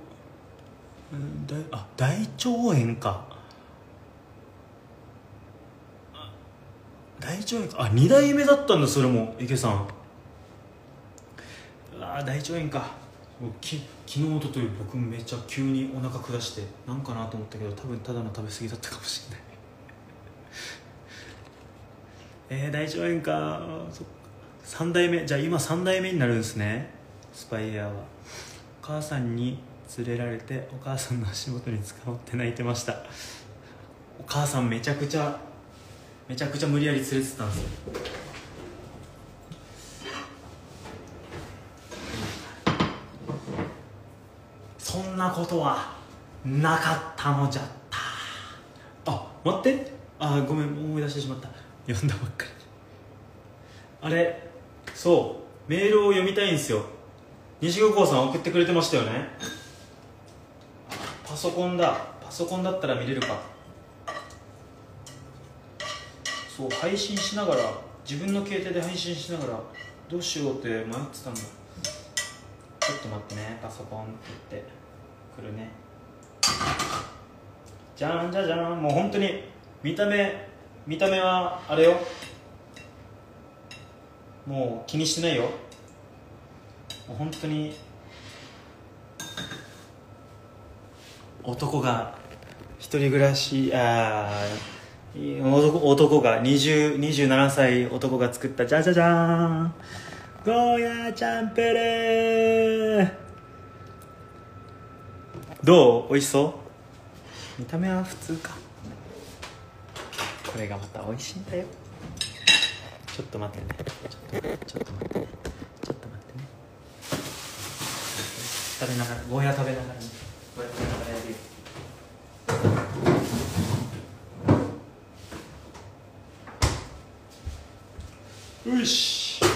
大腸炎か。大腸炎か。2代目だったんだ、それも池さん。大腸炎か。昨日おととい僕めっちゃ急にお腹下してなんかなと思ったけど、多分ただの食べ過ぎだったかもしれない大腸炎か。3代目、じゃあ今3代目になるんですね、スパイエアは。お母さんに連れられてお母さんの足元に捕まって泣いてました。お母さんめちゃくちゃめちゃくちゃ無理やり連れてったんですよ。そんなことはなかったのじゃった。あ、待って、ごめん、思い出してしまった。読んだばっかり。あれ、そうメールを読みたいんですよ。西郷興さん送ってくれてましたよね。パソコンだったら見れるか。そう、配信しながら、自分の携帯で配信しながらどうしようって迷ってたんだ。ちょっと待ってね、パソコンって言ってくるね。じゃんじゃじゃん。もう本当に見た目はあれよ、もう気にしてないよ。もう本当に男が一人暮らし、男が27歳男が作ったじゃじゃじゃーん、ゴーヤーチャンプルー。どう？美味しそう？見た目は普通か。これがまた美味しいんだよ。ちょっと待ってね、ちょっと待ってね、食べながら、ゴーヤー食べながらね、ゴーヤー食べながらやるよ。よし、い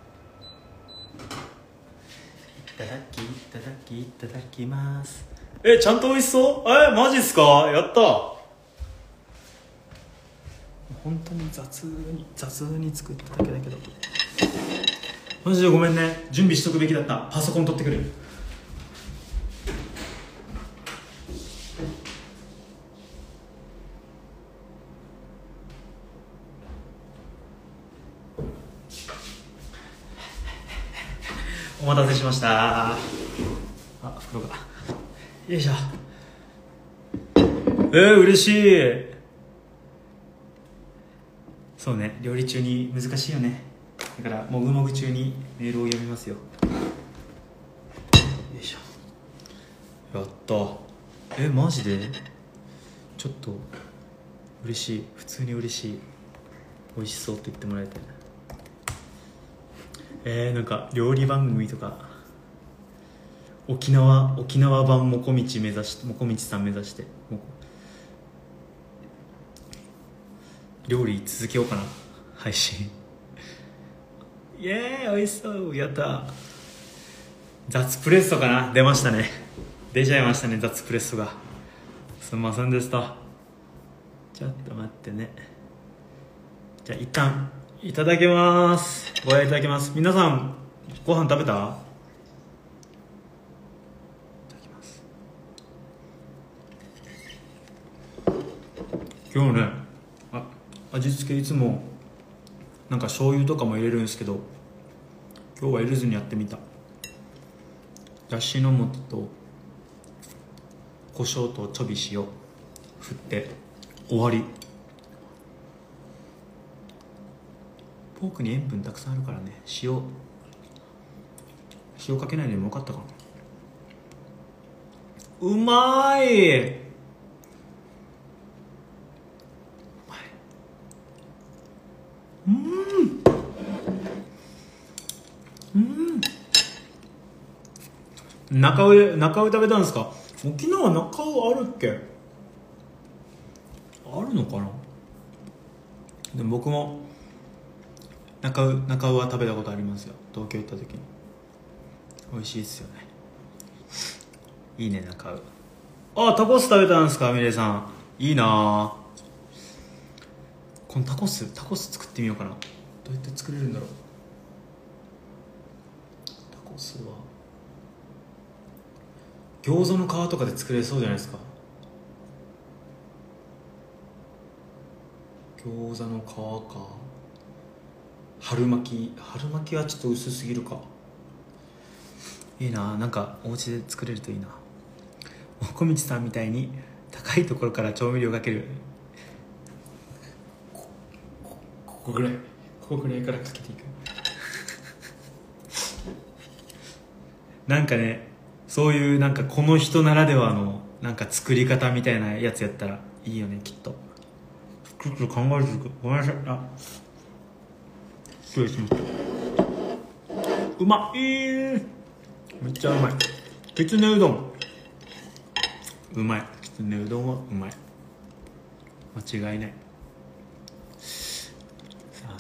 ただきます。ちゃんと美味しそう？マジっすか？やった。本当に雑に作っただけだけど、マジでごめんね。準備しとくべきだった。パソコン取ってくる。お待たせしました。袋が。よいしょ。嬉しい。そうね、料理中に難しいよね。だからもぐもぐ中にメールを読みますよ。よいしょ。やった。マジでちょっと嬉しい。普通に嬉しい。美味しそうと言ってもらえて。なんか料理番組とか沖縄版もこみちさん目指して料理続けようかな、配信。イエーイ、美味しそう。やった。雑プレッソかな。出ましたね。出ちゃいましたね、雑プレッソが。すみませんでした。ちょっと待ってね。じゃあ一旦いただきます。ご覧いただきます。皆さんご飯食べた？いただきます。今日ね、味付けいつもなんか醤油とかも入れるんですけど、今日は入れずにやってみた。だしの素と胡椒とちょび塩振って終わり。ポークに塩分たくさんあるからね、塩かけないでもよかったかな。うまい。中尾食べたんですか？沖縄中尾あるっけ？あるのかな。でも僕も中尾は食べたことありますよ。東京行った時に。美味しいですよね。いいね、中尾。タコス食べたんですか、ミレイさん。いいな。このタコス作ってみようかな。どうやって作れるんだろう。タコスは餃子の皮とかで作れそうじゃないですか。餃子の皮か春巻きはちょっと薄すぎるか。いいな、なんかお家で作れるといいな。小道さんみたいに高いところから調味料かける。ここぐらいからかけていく。なんかね、そういうなんかこの人ならではのなんか作り方みたいなやつやったらいいよね、きっと。 ちょっと考えてる。ごめんなさい。失礼しました。うまい。めっちゃうまい。きつねうどんうまい。きつねうどんはうまい。間違いない。さあ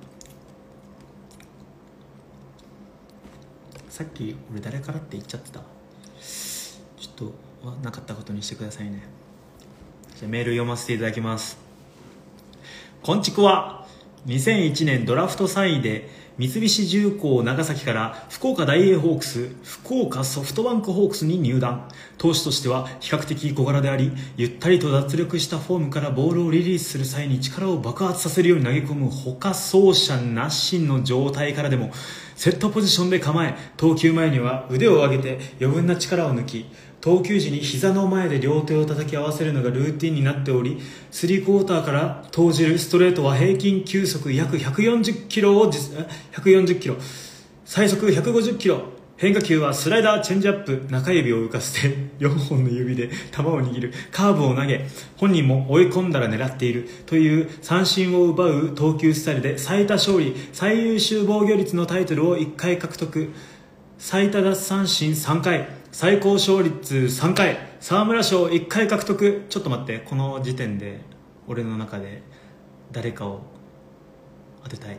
さっき俺誰からって言っちゃってた。ちょっとなかったことにしてくださいね。じゃあメール読ませていただきます。こんちくわ。2001年ドラフト3位で三菱重工長崎から福岡大英ホークス、福岡ソフトバンクホークスに入団。投手としては比較的小柄であり、ゆったりと脱力したフォームからボールをリリースする際に力を爆発させるように投げ込む他走者なしの状態からでもセットポジションで構え、投球前には腕を上げて余分な力を抜き、投球時に膝の前で両手を叩き合わせるのがルーティンになっており、スリークォーターから投じるストレートは平均球速約140キロを140キロ、最速150キロ、変化球はスライダー、チェンジアップ、中指を浮かせて4本の指で球を握る、カーブを投げ、本人も追い込んだら狙っているという三振を奪う投球スタイルで最多勝利、最優秀防御率のタイトルを1回獲得、最多奪三振3回、最高勝率3回、沢村賞1回獲得。ちょっと待って、この時点で俺の中で誰かを当てたい。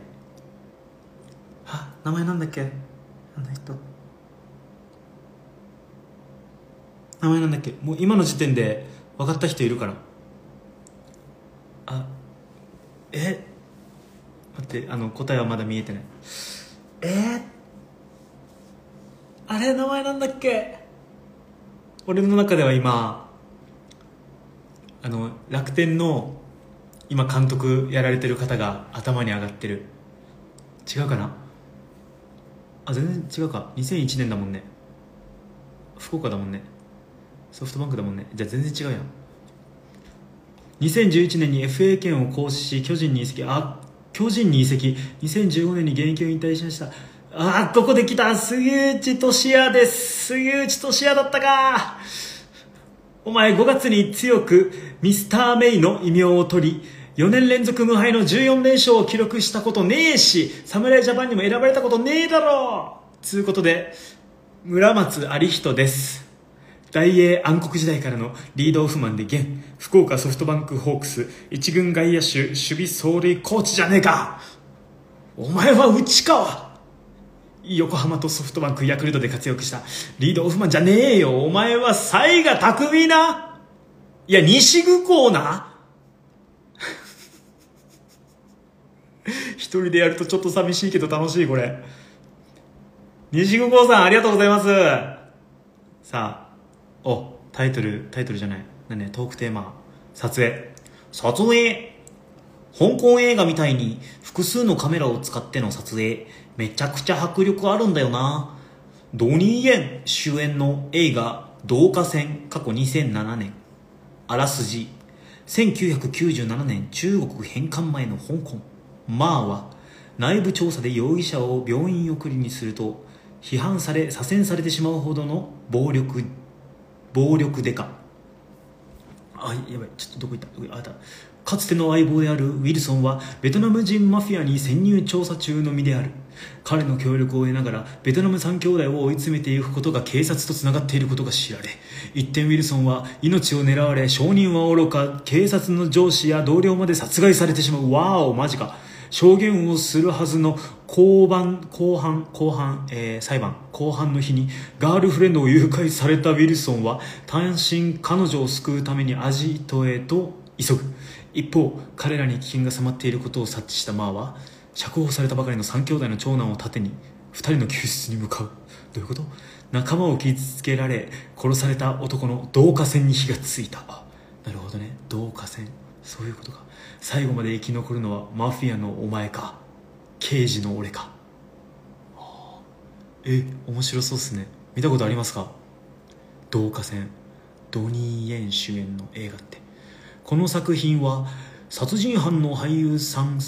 名前なんだっけ、あの人名前なんだっけ。もう今の時点で分かった人いるから。待って、答えはまだ見えてない。あれ、名前なんだっけ。俺の中では今楽天の今監督やられてる方が頭に上がってる。違うかな。全然違うか。2001年だもんね。福岡だもんね。ソフトバンクだもんね。じゃあ全然違うやん。2011年に FA 権を行使し巨人に移籍。2015年に現役を引退しました。どこで来た。杉内俊哉です。杉内俊哉だったか。お前5月に強くミスターメイの異名を取り、4年連続無敗の14連勝を記録したことねえし、侍ジャパンにも選ばれたことねえだろう。つうことで、村松有人です。大英暗黒時代からのリードオフマンで現福岡ソフトバンクホークス一軍外野手守備走塁コーチじゃねえか。お前は内川。横浜とソフトバンクヤクルトで活躍したリードオフマンじゃねえよ。お前は西賀匠な。いや西愚工な。一人でやるとちょっと寂しいけど楽しい。これ西愚工さんありがとうございます。さあ、タイトルじゃない、トークテーマ。撮影香港映画みたいに複数のカメラを使っての撮影、めちゃくちゃ迫力あるんだよな。ドニー・イエン主演の映画導火線過去2007年。あらすじ、1997年中国返還前の香港。マーは内部調査で容疑者を病院送りにすると批判され左遷されてしまうほどの暴力デカ。やばい、ちょっとどこ行った。かつての相棒であるウィルソンはベトナム人マフィアに潜入調査中の身である。彼の協力を得ながらベトナム3兄弟を追い詰めていくことが警察とつながっていることが知られ、一転ウィルソンは命を狙われ、証人は愚か警察の上司や同僚まで殺害されてしまう。わーお、マジか。証言をするはずの裁判後半の日にガールフレンドを誘拐されたウィルソンは単身彼女を救うためにアジトへと急ぐ。一方彼らに危険が迫っていることを察知したマーは釈放されたばかりの3兄弟の長男を盾に2人の救出に向かう。どういうこと。仲間を傷つけられ殺された男の導火線に火がついた。なるほどね、導火線、そういうことか。最後まで生き残るのはマフィアのお前か刑事の俺か。面白そうですね。見たことありますか。導火線、ドニー・イエン主演の映画って。この作品は殺人犯の俳優さん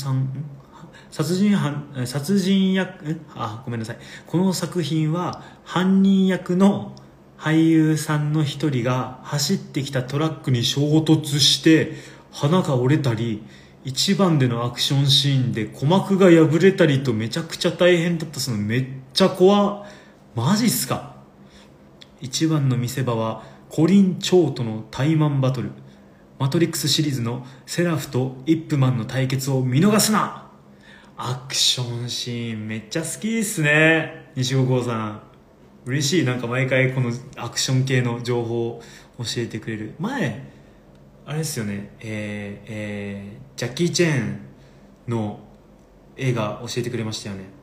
ごめんなさい。この作品は犯人役の俳優さんの一人が走ってきたトラックに衝突して鼻が折れたり一番でのアクションシーンで鼓膜が破れたりとめちゃくちゃ大変だった。そのめっちゃ怖。マジっすか。一番の見せ場はコリン・チョウとのタイマンバトル。マトリックスシリーズのセラフとイップマンの対決を見逃すな。アクションシーンめっちゃ好きっすね、西郷さん。嬉しい。なんか毎回このアクション系の情報を教えてくれる。前あれですよね、ジャッキー・チェーンの映画教えてくれましたよね。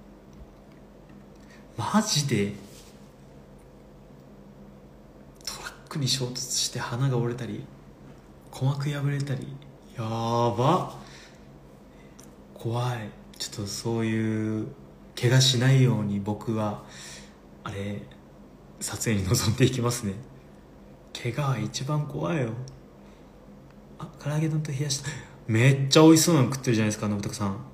マジでトラックに衝突して鼻が折れたり鼓膜破れたり、やば、怖い。ちょっとそういう怪我しないように僕はあれ撮影に臨んでいきますね。怪我は一番怖いよ。あ、唐揚げ丼と冷やしためっちゃ美味しそうなの食ってるじゃないですか、信孝さん。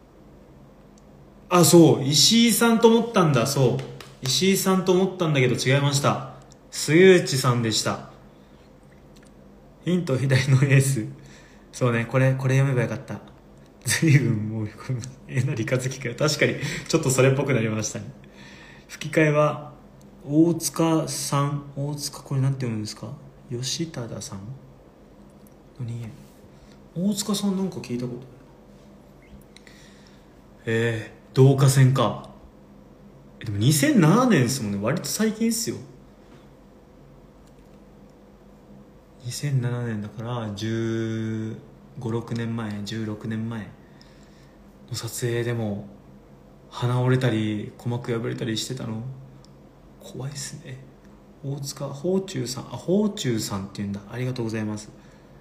あ、そう石井さんと思ったんだ。そう石井さんと思ったんだけど違いました。杉内さんでした。ヒント左のエース。そうね、これ読めばよかった。随分もうえなりかずきかよ。確かにちょっとそれっぽくなりましたね。吹き替えは大塚さん。大塚、これなんて読むんですか。吉忠さん。大塚さんなんか聞いたこと。導火線か。でも2007年ですもんね。割と最近っすよ。2007年だから15、6年前、16年前の撮影でも鼻折れたり鼓膜破れたりしてたの怖いっすね。大塚宝忠さん。あ、宝忠さんって言うんだ。ありがとうございます。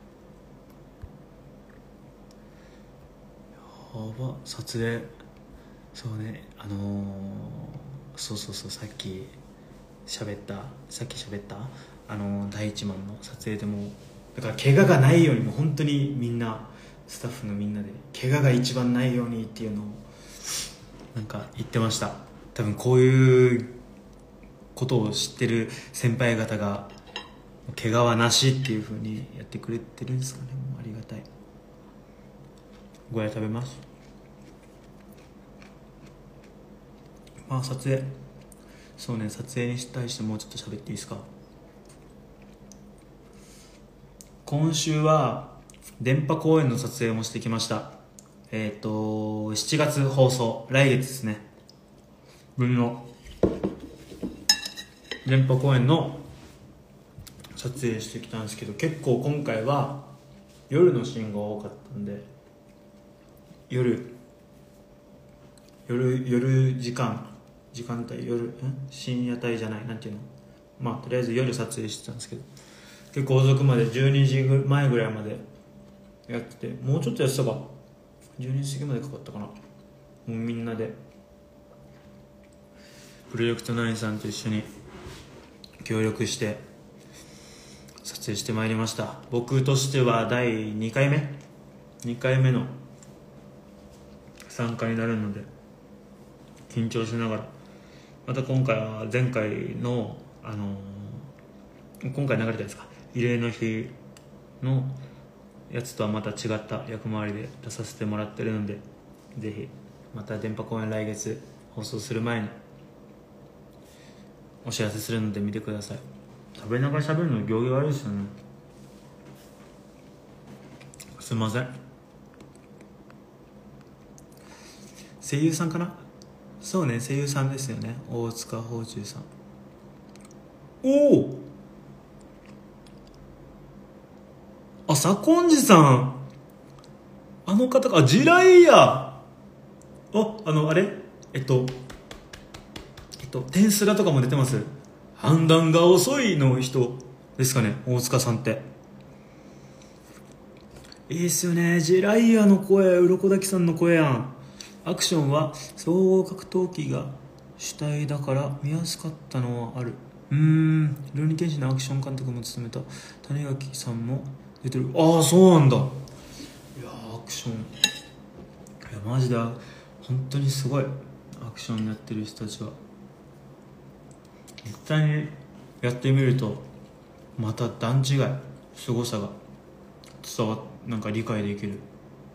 やば、撮影。そうね、そうさっき喋った第一番の撮影でもだから怪我がないように、もう本当にみんなスタッフのみんなで怪我が一番ないようにっていうのをなんか言ってました。多分こういうことを知ってる先輩方が怪我はなしっていう風にやってくれてるんですかね。もうありがたい。ご飯食べます。まあ撮影、そうね、撮影に対してもうちょっと喋っていいですか。今週は電波公演の撮影もしてきました。7月放送、来月ですね分の電波公演の撮影してきたんですけど、結構今回は夜のシーンが多かったんで、夜時間帯、深夜帯じゃない、なんていうの、まあとりあえず夜撮影してたんですけど、結構遅くまで12時前ぐらいまでやってて、もうちょっとやってたか、12時過ぎまでかかったかな。もうみんなでプロジェクト9さんと一緒に協力して撮影してまいりました。僕としては第2回目の参加になるので緊張しながら、また今回は前回の今回流れたやつか、慰霊の日のやつとはまた違った役回りで出させてもらってるので、ぜひまた電波公演来月放送する前にお知らせするので見てください。食べながら喋るの行儀悪いですよね。すいません。声優さんかな。そうね、声優さんですよね。大塚芳忠さん。おお、あ、左近次さん、あの方か。あ、地雷や。あれテンスラとかも出てます。判断が遅いの人ですかね、大塚さんって。いいっすよね、ジライアの声、鱗滝さんの声やん。アクションは総合格闘技が主体だから見やすかったのはある。ルーニケンシのアクション監督も務めた谷垣さんも出てる。ああ、そうなんだ。いやアクション、いやマジで本当にすごい。アクションやってる人たちは実際にやってみるとまた段違い、すごさがなんか理解できる。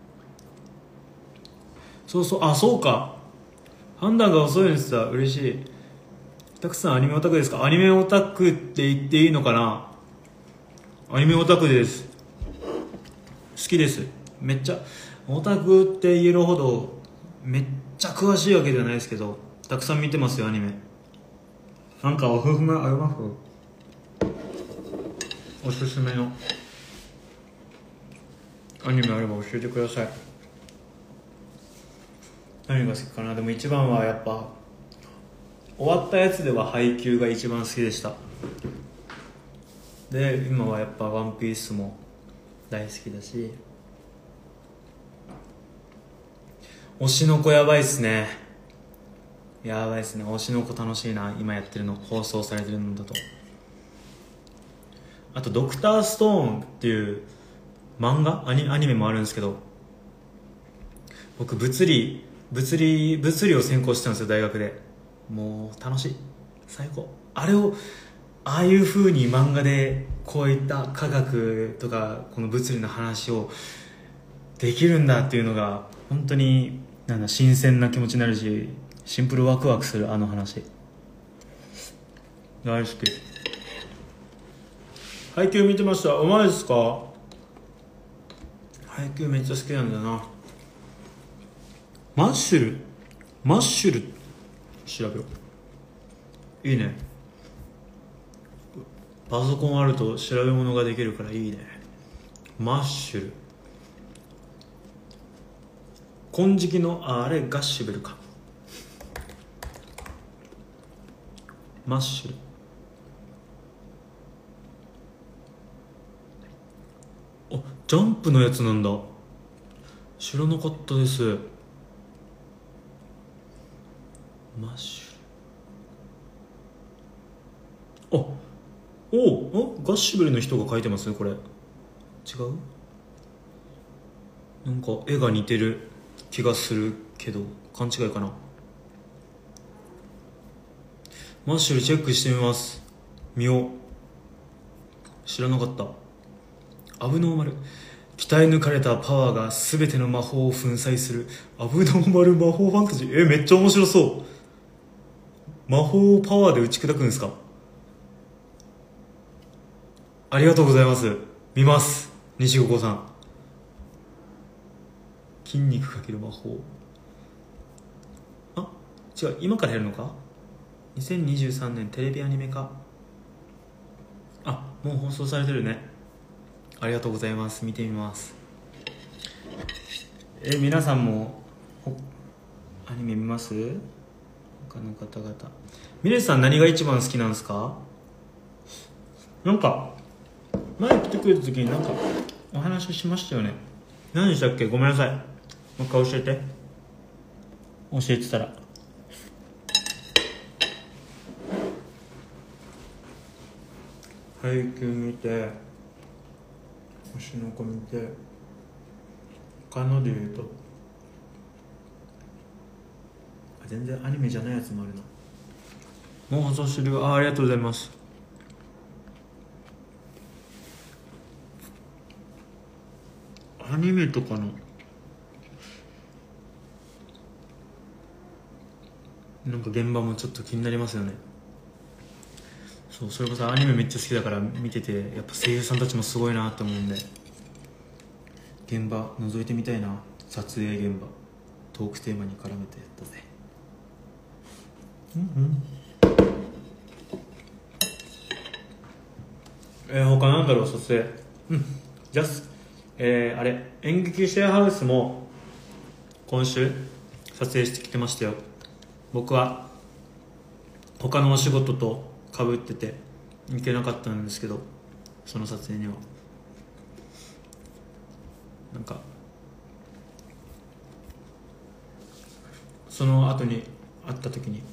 そうそう、あ、そうか、判断が遅いんですわ。嬉しい。たくさんアニメオタクですか？アニメオタクって言っていいのかな？アニメオタクです。好きです。めっちゃオタクって言えるほどめっちゃ詳しいわけじゃないですけど、たくさん見てますよアニメ。なんかおすすめあります？おすすめのアニメあれば教えてください。何が好きかな。でも一番はやっぱ終わったやつでは配給が一番好きでした。で今はやっぱワンピースも大好きだし、推しの子やばいっすね。やばいっすね。推しの子楽しいな、今やってるの、放送されてるのだと。あとドクターストーンっていう漫画アニメもあるんですけど、僕物理を専攻してたんですよ大学で。もう楽しい、最高。あれをああいう風に漫画でこういった科学とかこの物理の話をできるんだっていうのが本当になんだ、新鮮な気持ちになるし、シンプルワクワクする。あの話大好き。配給見てました。うまいですか？配給めっちゃ好きなんだよな。マッシュル調べよう。いいね、パソコンあると調べ物ができるからいいね。マッシュル、金色のあれガッシュベルか。マッシュル、あ、ジャンプのやつなんだ。知らなかったです。マッシュル、ガッシュベルの人が描いてますね。これ違う？なんか絵が似てる気がするけど勘違いかな。マッシュルチェックしてみます。見よう。知らなかった。アブノーマル、鍛え抜かれたパワーが全ての魔法を粉砕するアブノーマル魔法ファンタジー。めっちゃ面白そう。魔法をパワーで打ち砕くんですか？ありがとうございます。見ます。西五さん、筋肉かける魔法。あ、違う、今からやるのか。2023年テレビアニメ化。あ、もう放送されてるね。ありがとうございます。見てみます。皆さんもアニメ見ます？他の方々。ミレスさん何が一番好きなんですか？なんか前来てくれた時になんかお話ししましたよね。何でしたっけ？ごめんなさい、もう一回教えてたら。配給見て、推しの子見て、他ので言うと全然アニメじゃないやつもあるな。もう放送してる。ありがとうございます。アニメとかのなんか現場もちょっと気になりますよね。そう、それこそアニメめっちゃ好きだから見てて、やっぱ声優さんたちもすごいなって思うんで、現場覗いてみたいな。撮影現場トークテーマに絡めてやったぜ。他なんだろう、撮影。ジャスあれ演劇シェアハウスも今週撮影してきてましたよ。僕は他のお仕事と被ってて行けなかったんですけど、その撮影にはなんかその後に会った時に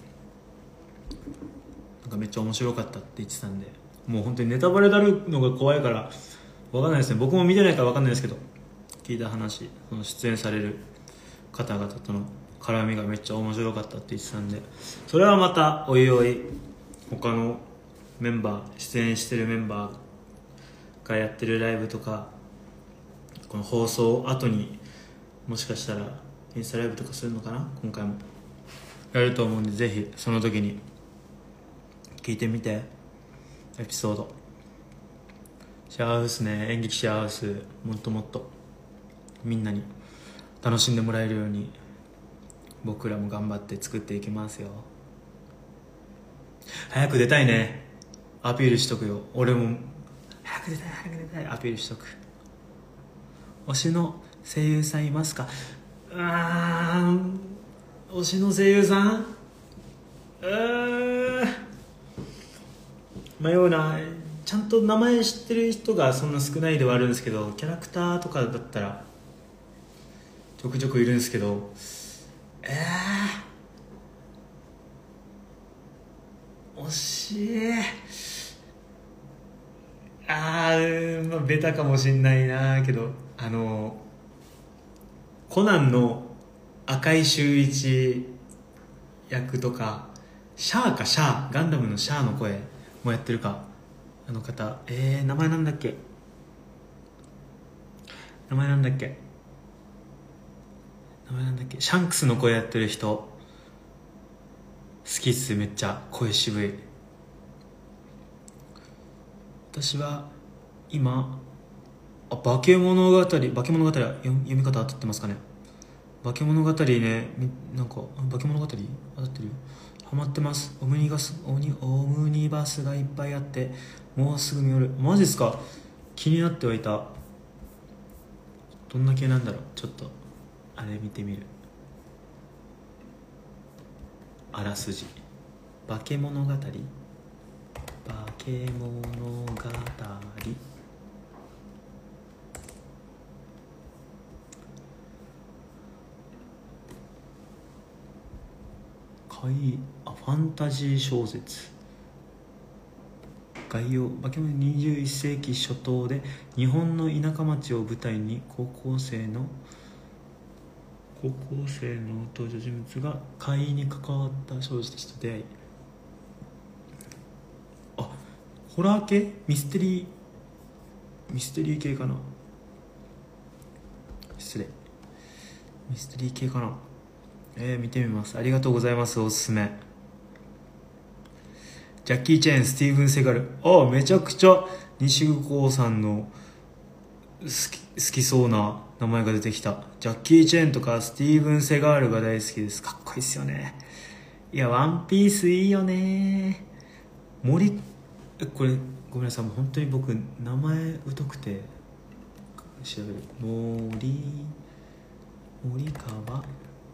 なんかめっちゃ面白かったって言ってたんで、もう本当にネタバレになるのが怖いから分かんないですね。僕も見てないから分かんないですけど、聞いた話、その出演される方々との絡みがめっちゃ面白かったって言ってたんで、それはまたおいおい他のメンバー、出演してるメンバーがやってるライブとかこの放送後にもしかしたらインスタライブとかするのかな。今回もやると思うんで、ぜひその時に聞いてみて。エピソードシェアハウスね、演劇シェアハウス、もっともっとみんなに楽しんでもらえるように僕らも頑張って作っていきますよ。早く出たいね、アピールしとくよ。俺も早く出たいアピールしとく。推しの声優さんいますか。推しの声優さん、迷うな。ちゃんと名前知ってる人がそんな少ないではあるんですけど、キャラクターとかだったらちょくちょくいるんですけど、惜しい。ベタかもしんないな。けどコナンの赤井秀一役とか、シャアガンダムのシャアの声もやってるか、あの方、名前なんだっけシャンクスの声やってる人好きっす。めっちゃ声渋い。私は今化け物語は読み方当たってますかね。化け物語ね、なんか化け物語当たってるよ。ハマってます。オムニバスがいっぱいあってもうすぐ見終わる。マジっすか。気になってはいた。どんな系なんだろう。ちょっとあれ見てみる。あらすじ。化け物語ファンタジー小説。概要。化け物21世紀初頭で日本の田舎町を舞台に高校生の登場人物が怪異に関わった少女たちと出会い。ホラー系、ミステリー系かな。失礼、ミステリー系かな。見てみます。ありがとうございます。おすすめ。ジャッキー・チェーン、スティーブン・セガル。めちゃくちゃ西郷興さんの好きそうな名前が出てきた。ジャッキー・チェーンとかスティーブン・セガールが大好きです。かっこいいっすよね。いや、ワンピースいいよね。これごめんなさい、もう本当に僕名前疎くて調べる。森川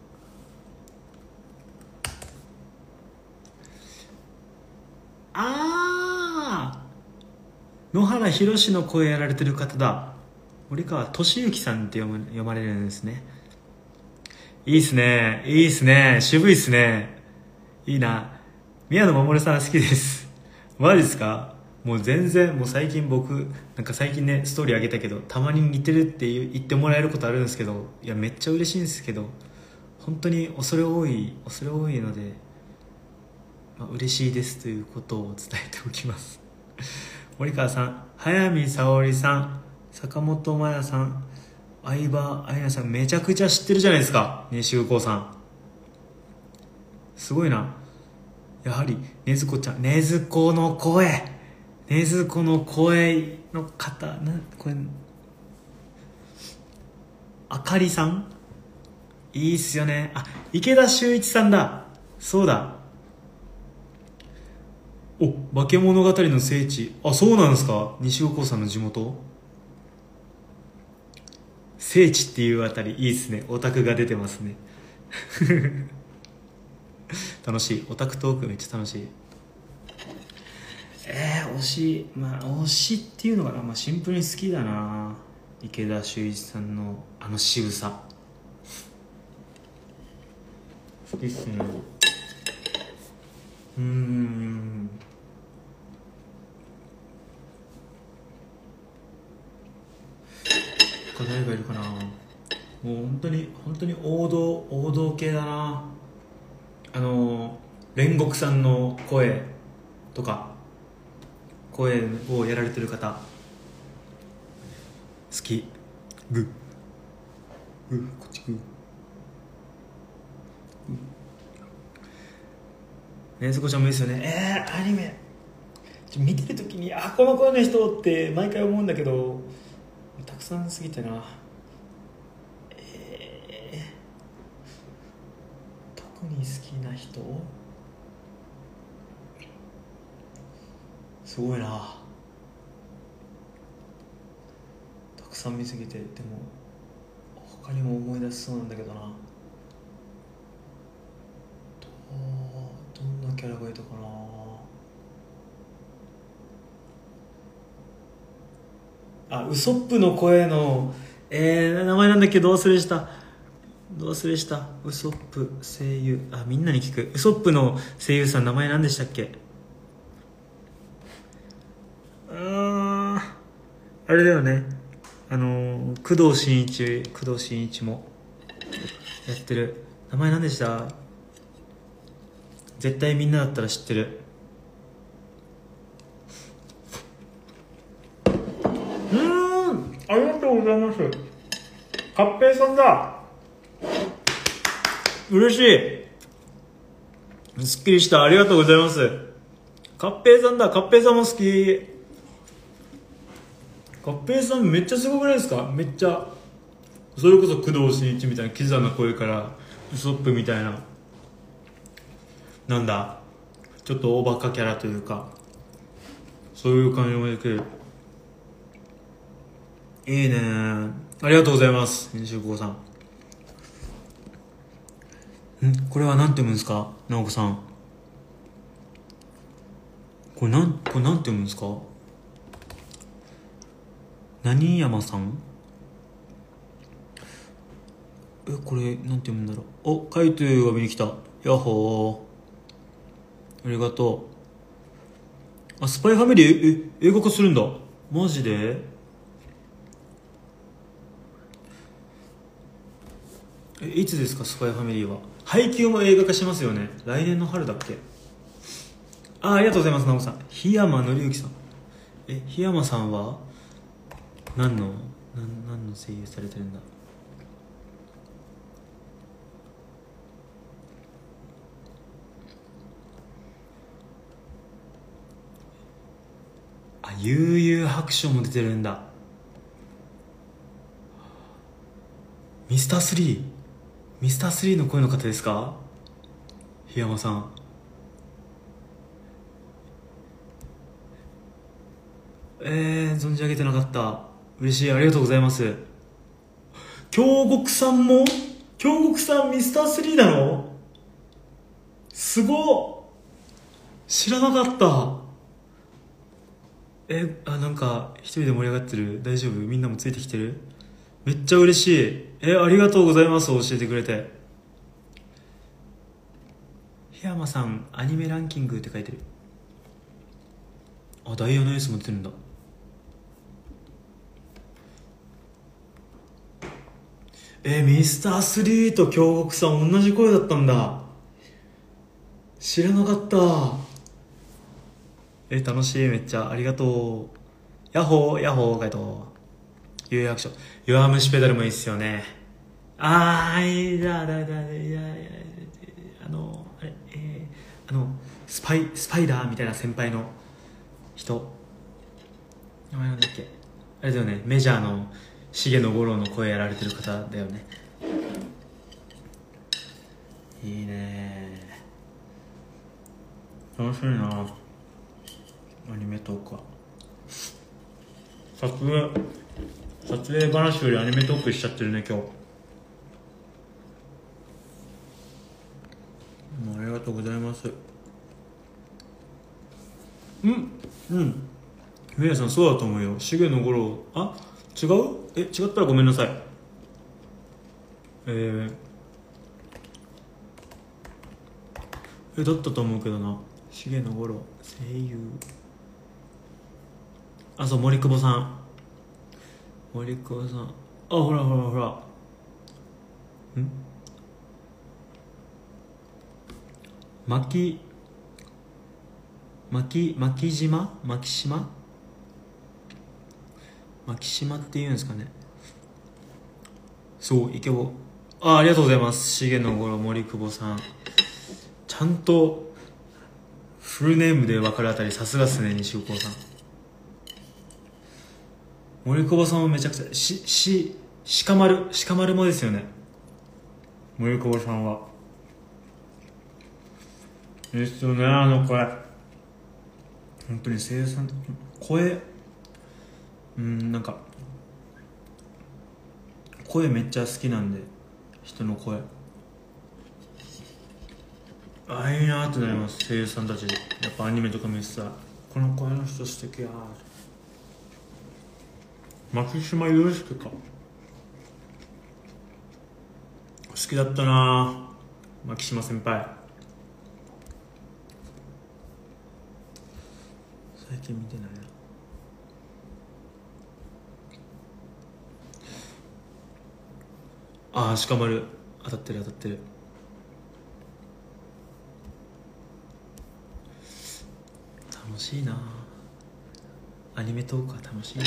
野原ひろしの声やられてる方だ。森川俊之さんって読まれるんですね。いいっすね。渋いっすね。いいな。宮野真守さん好きです。マジっすか。もう全然、もう最近僕なんか最近ねストーリー上げたけど、たまに似てるって言ってもらえることあるんですけど、いやめっちゃ嬉しいんですけど、本当に恐れ多いので、嬉しいですということを伝えておきます。森川さん、早見沙織さん、坂本真綾さん、相葉愛菜さん、めちゃくちゃ知ってるじゃないですか。西郷興さんすごいな。やはりねずこちゃん、ねずこの声の方、これあかりさん、いいっすよね。池田秀一さんだ。そうだ。化け物語の聖地。そうなんですか。西郷興さんの地元聖地っていうあたりいいっすね。オタクが出てますね。楽しい。オタクトークめっちゃ楽しい。推しっていうのかな。シンプルに好きだな。池田秀一さんの渋さ好きっすね。誰がいるかな。もう本当に王道系だな。煉獄さんの声とか、声をやられてる方好き。グーこっちグー。 ねずこちゃんもいいですよね。アニメ見てるときにこの声の人って毎回思うんだけど、たくさんすぎてな。特に好きな人すごいな。たくさん見すぎて、でも他にも思い出しそうなんだけどな。どんなキャラがいたかな。ウソップの声の名前なんだっけど忘れしたウソップ声優、みんなに聞く。ウソップの声優さん名前なんでしたっけ。あれだよね、工藤新一もやってる。名前なんでした。絶対みんなだったら知ってる。ありがとうございます。カッペイさんだ。嬉しい。すっきりした。ありがとうございます。カッペイさんだ。カッペイさんも好き。カッペイさんめっちゃすごくないですか。めっちゃそれこそ工藤新一みたいなキザな声からウソップみたいな、なんだちょっと大バカキャラというか、そういう感じもできる。いいね。ありがとうございます。編集工さん。これは何て読むんですか、直子さん。これなんて読むんですか。何山さん。これなんて読むんだろう。カイトゥーが見に来た。ヤッホー、ありがとう。スパイファミリー映画化するんだ。マジで。いつですか、スパイファミリーは。配給も映画化しますよね。来年の春だっけ。ありがとうございます、直子さん。檜山紀之さん。檜山さんは何の声優されてるんだ。悠々白書も出てるんだ。ミスター3の声の方ですか、檜山さん。存じ上げてなかった。嬉しい、ありがとうございます。京極さんも、京極さんミスター3なの。すごっ、知らなかった。なんか一人で盛り上がってる。大丈夫、みんなもついてきてる。めっちゃ嬉しい。ありがとうございます、教えてくれて。檜山さんアニメランキングって書いてる。ダイヤのエースも出てるんだ。ミスター3と京極さん同じ声だったんだ。知らなかった。楽しい、めっちゃありがとう。ヤッホーヤッホー、カイト。有役所弱虫ペダルもいいっすよね。スパイダーみたいな先輩の人、名前なんだっけ。あれだよね、メジャーの重野五郎の声やられてる方だよね。いいね、楽しいなアニメトークは。撮影話よりアニメトークしちゃってるね今日。ありがとうございます。メイヤさんそうだと思うよ。重野五郎。違う？違ったらごめんなさい。だったと思うけどな。重野五郎声優。そう、森久保さん。ほら牧島っていうんですかね。そう、イケボありがとうございます。重野五郎森久保さん、ちゃんとフルネームで分かるあたりさすがっすね。西久保さん、森久保さんもめちゃくちゃ鹿丸もですよね。森久保さんはいいっすよね。声本当に声優さん声なんか声めっちゃ好きなんで、人の声いいなってなります。声優さんたちやっぱアニメとか見てたら、この声の人素敵や。牧島祐介か、好きだったな牧島先輩。最近見てないな。鹿丸当たってる。楽しいな、アニメトークは楽しいな。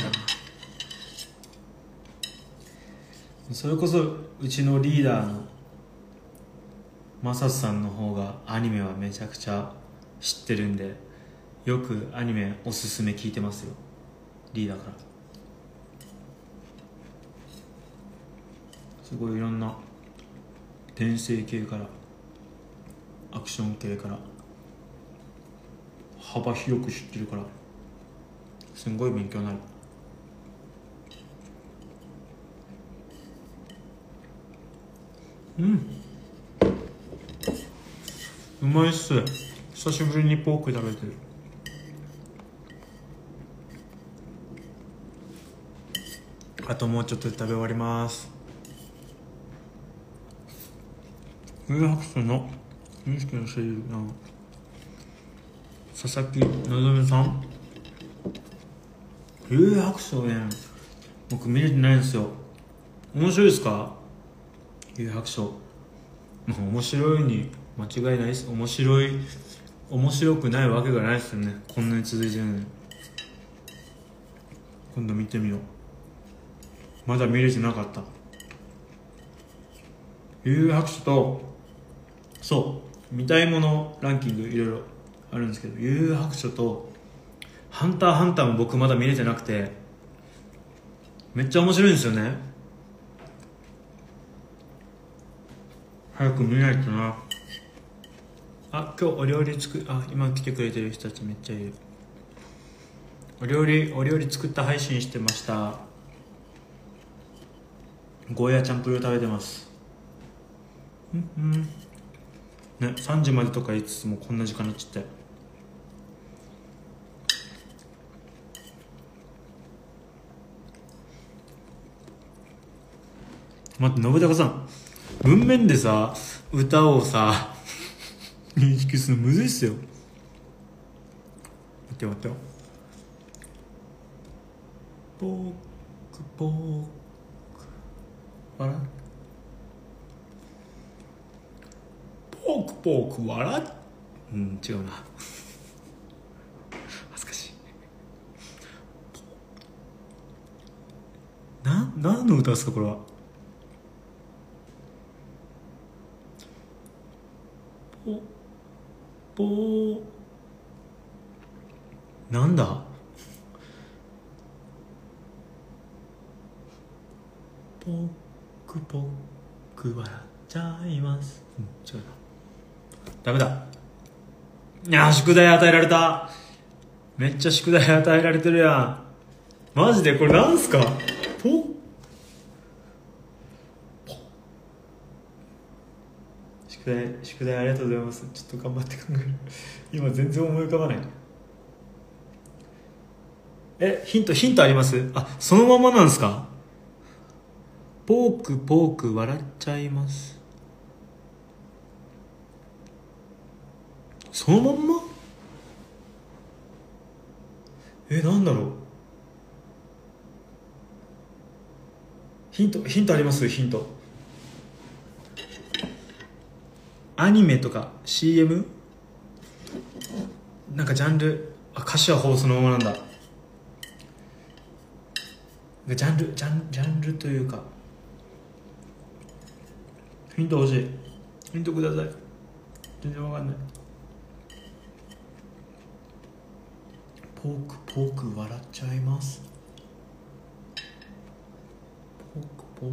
それこそうちのリーダーのマサさんの方がアニメはめちゃくちゃ知ってるんで、よくアニメおすすめ聞いてますよ、リーダーから。すごいいろんな転生系からアクション系から幅広く知ってるから、すんごい勉強になる。うまいっす。久しぶりにポーク食べてる。あともうちょっとで食べ終わります。有白書の認識の声優の佐々木希さん。有白書ね、僕見れてないんですよ。面白いですか？有白書面白いに間違いないです。面白くないわけがないですよね。こんなに続いてるのに。今度見てみよう。まだ見れてなかった。有白書と、そう見たいものランキングいろいろあるんですけど、幽遊白書とハンターハンターも僕まだ見れてなくて、めっちゃ面白いんですよね。早く見ないとな。今日お料理今来てくれてる人たちめっちゃいる。お料理作った配信してました。ゴーヤチャンプルー食べてます。ね、3時までとか言いつつもこんな時間になっちゃって。待って、信孝さん、文面でさ歌をさ認識するのむずいっすよ。待ってよ。ポークポーク笑ポークポーク笑っ違うな恥ずかしい。何の歌ですかこれは。なんだポークポーク笑っちゃいます。違うな、ダメだ。いや宿題与えられた。めっちゃ宿題与えられてるやん。マジでこれなんすか。宿題ありがとうございます。ちょっと頑張って考える。今全然思い浮かばない。ヒントあります？そのままなんですか。ポークポーク笑っちゃいます。そのまんま？なんだろう。ヒントあります？ヒント。アニメとか CM？ なんかジャンル、歌詞はほぼそのままなんだ。ジャンルというか、 ヒント欲しい。ヒントください。全然わかんない。ポーク笑っちゃいます。ポー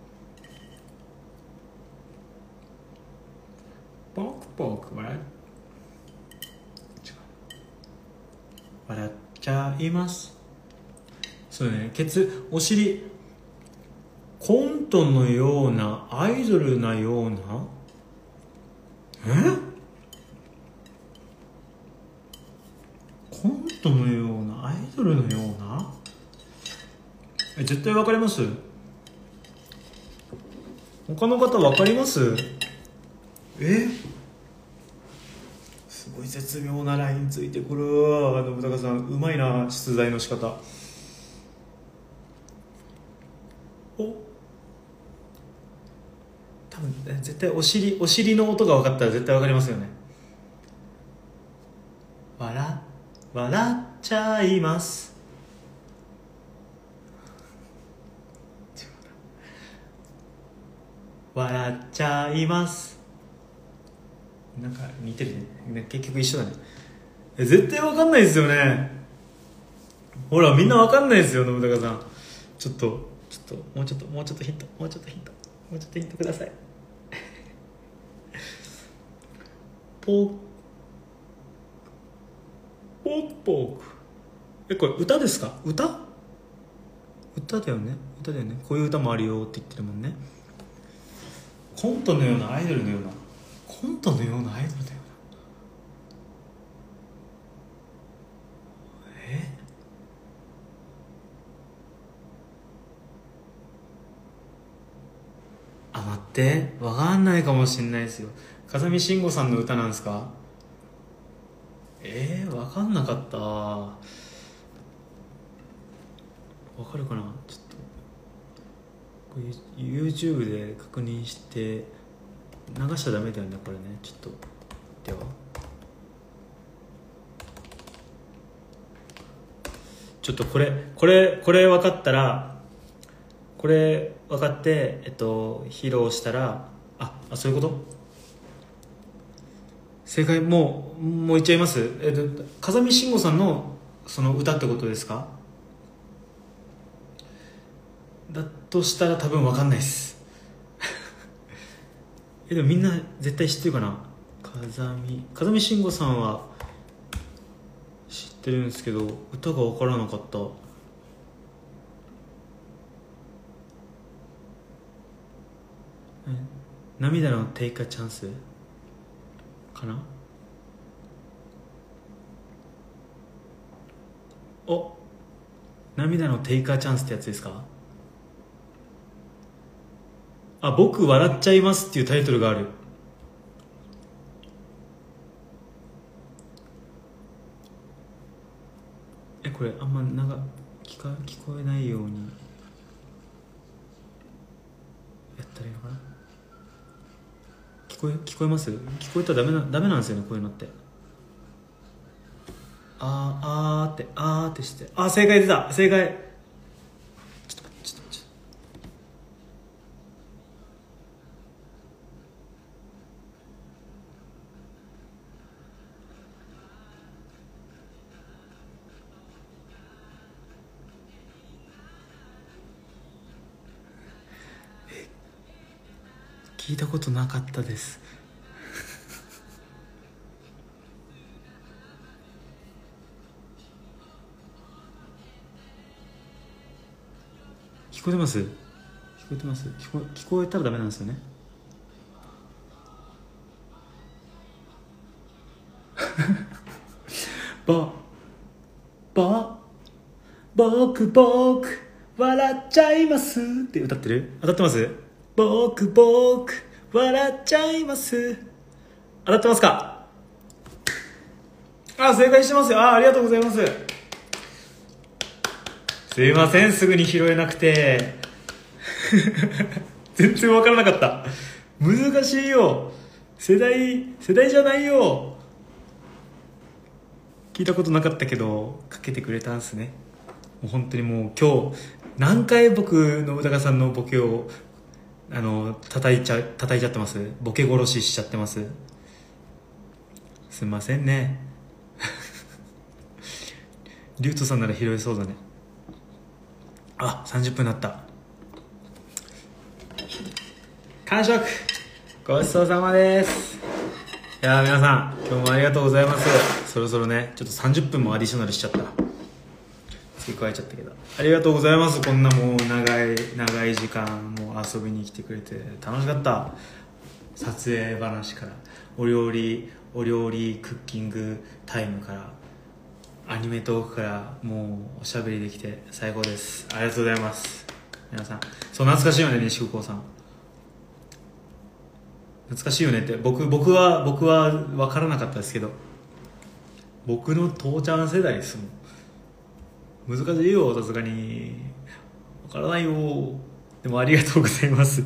ク笑っちゃいます。そうね、お尻、コントのような、アイドルなような、コントのような、アイドルのような、絶対わかります？他の方わかります？すごい絶妙なラインついてくる。信孝さんうまいな、出題の仕方。多分絶対お尻の音が分かったら絶対分かりますよね。笑っちゃいます。笑っちゃいます。なんか似てるね。結局一緒だね。絶対分かんないですよね。ほらみんな分かんないですよ、信孝さん。ちょっともうちょっとヒントください。ポーク。これ歌ですか？歌だよね。こういう歌もあるよって言ってるもんね。コントのようなアイドルのような。待って、わかんないかもしんないですよ。風見慎吾さんの歌なんですか？わかんなかった。わかるかな。ちょっとこれ YouTube で確認して流しちゃダメだよね、これね。ちょっとではちょっとこれ分かったら、これ分かって披露したら、そういうこと。正解もう言っちゃいます。風見慎吾さんのその歌ってことですか？だとしたら多分分かんないですでもみんな絶対知ってるかな。風見慎吾さんは知ってるんですけど、歌が分からなかった。涙のテイクアチャンスかな。涙のテイクアチャンスってやつですか？僕笑っちゃいますっていうタイトルがある。これあんま聞こえないようにやったらいいのかな。聞こえます？聞こえたらダメなんですよね、こういうのって。ってして、正解出た。正解。ちょっと待って。聞いたことなかったです聞こえてます？聞こえたらダメなんですよね僕笑っちゃいますって歌ってる？当たってます？僕笑っちゃいます。当たってますか？正解してますよ。ありがとうございます。すいません、すぐに拾えなくて全然分からなかった。難しいよ。世代じゃないよ。聞いたことなかったけどかけてくれたんすね。もう本当にもう今日何回僕信孝さんのボケを叩いちゃってます。ボケ殺ししちゃってます。すいませんね。リュウトさんなら拾えそうだね。あ、30分になった。完食ごちそうさまです。いやー皆さん今日もありがとうございます。そろそろねちょっと30分もアディショナルしちゃった、付け加えちゃったけど、ありがとうございます。こんなもう長い時間もう遊びに来てくれて楽しかった。撮影話からお料理クッキングタイムからアニメトークからもうおしゃべりできて最高です。ありがとうございます。皆さんそう懐かしいよね、西久高さん懐かしいよねって。僕は分からなかったですけど、僕の父ちゃん世代ですもん。難しいよ、さすがに分からないよ。でもありがとうございます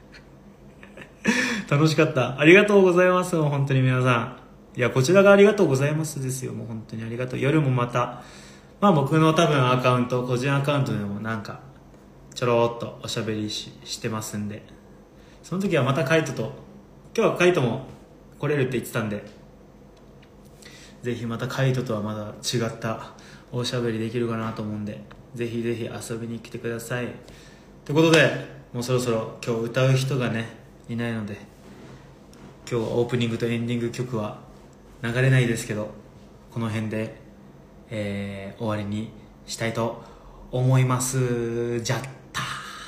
楽しかった。ありがとうございます。本当に皆さん、いやこちらがありがとうございますですよ。もう本当にありがとう。夜もまた僕の多分アカウント、個人アカウントでもなんかちょろっとおしゃべりしてますんで、その時はまたカイトと、今日はカイトも来れるって言ってたんで、ぜひまたカイトとはまだ違ったおしゃべりできるかなと思うんで、ぜひぜひ遊びに来てください。ということでもうそろそろ今日歌う人がねいないので、今日はオープニングとエンディング曲は流れないですけど、この辺で、終わりにしたいと思います。じゃった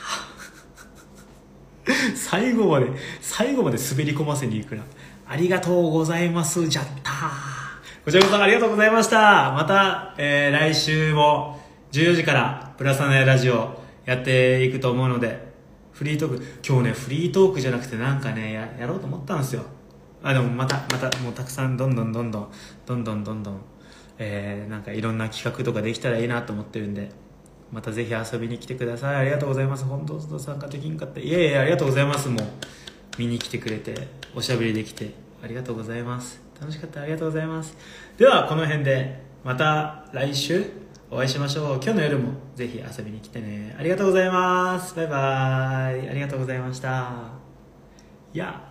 最後まで滑り込ませに行くな。ありがとうございます。じゃったこちらこそありがとうございました。また、来週も14時からプラサナヤラジオやっていくと思うので、フリートーク、今日ねフリートークじゃなくてなんかね やろうと思ったんですよ。でもまたもうたくさんどんどんなんかいろんな企画とかできたらいいなと思ってるんで、またぜひ遊びに来てください。ありがとうございます。本当参加できんかった。いやいやありがとうございます。もう見に来てくれておしゃべりできてありがとうございます。楽しかった。ありがとうございます。ではこの辺でまた来週お会いしましょう。今日の夜もぜひ遊びに来てね。ありがとうございます。バイバイ。ありがとうございました。いや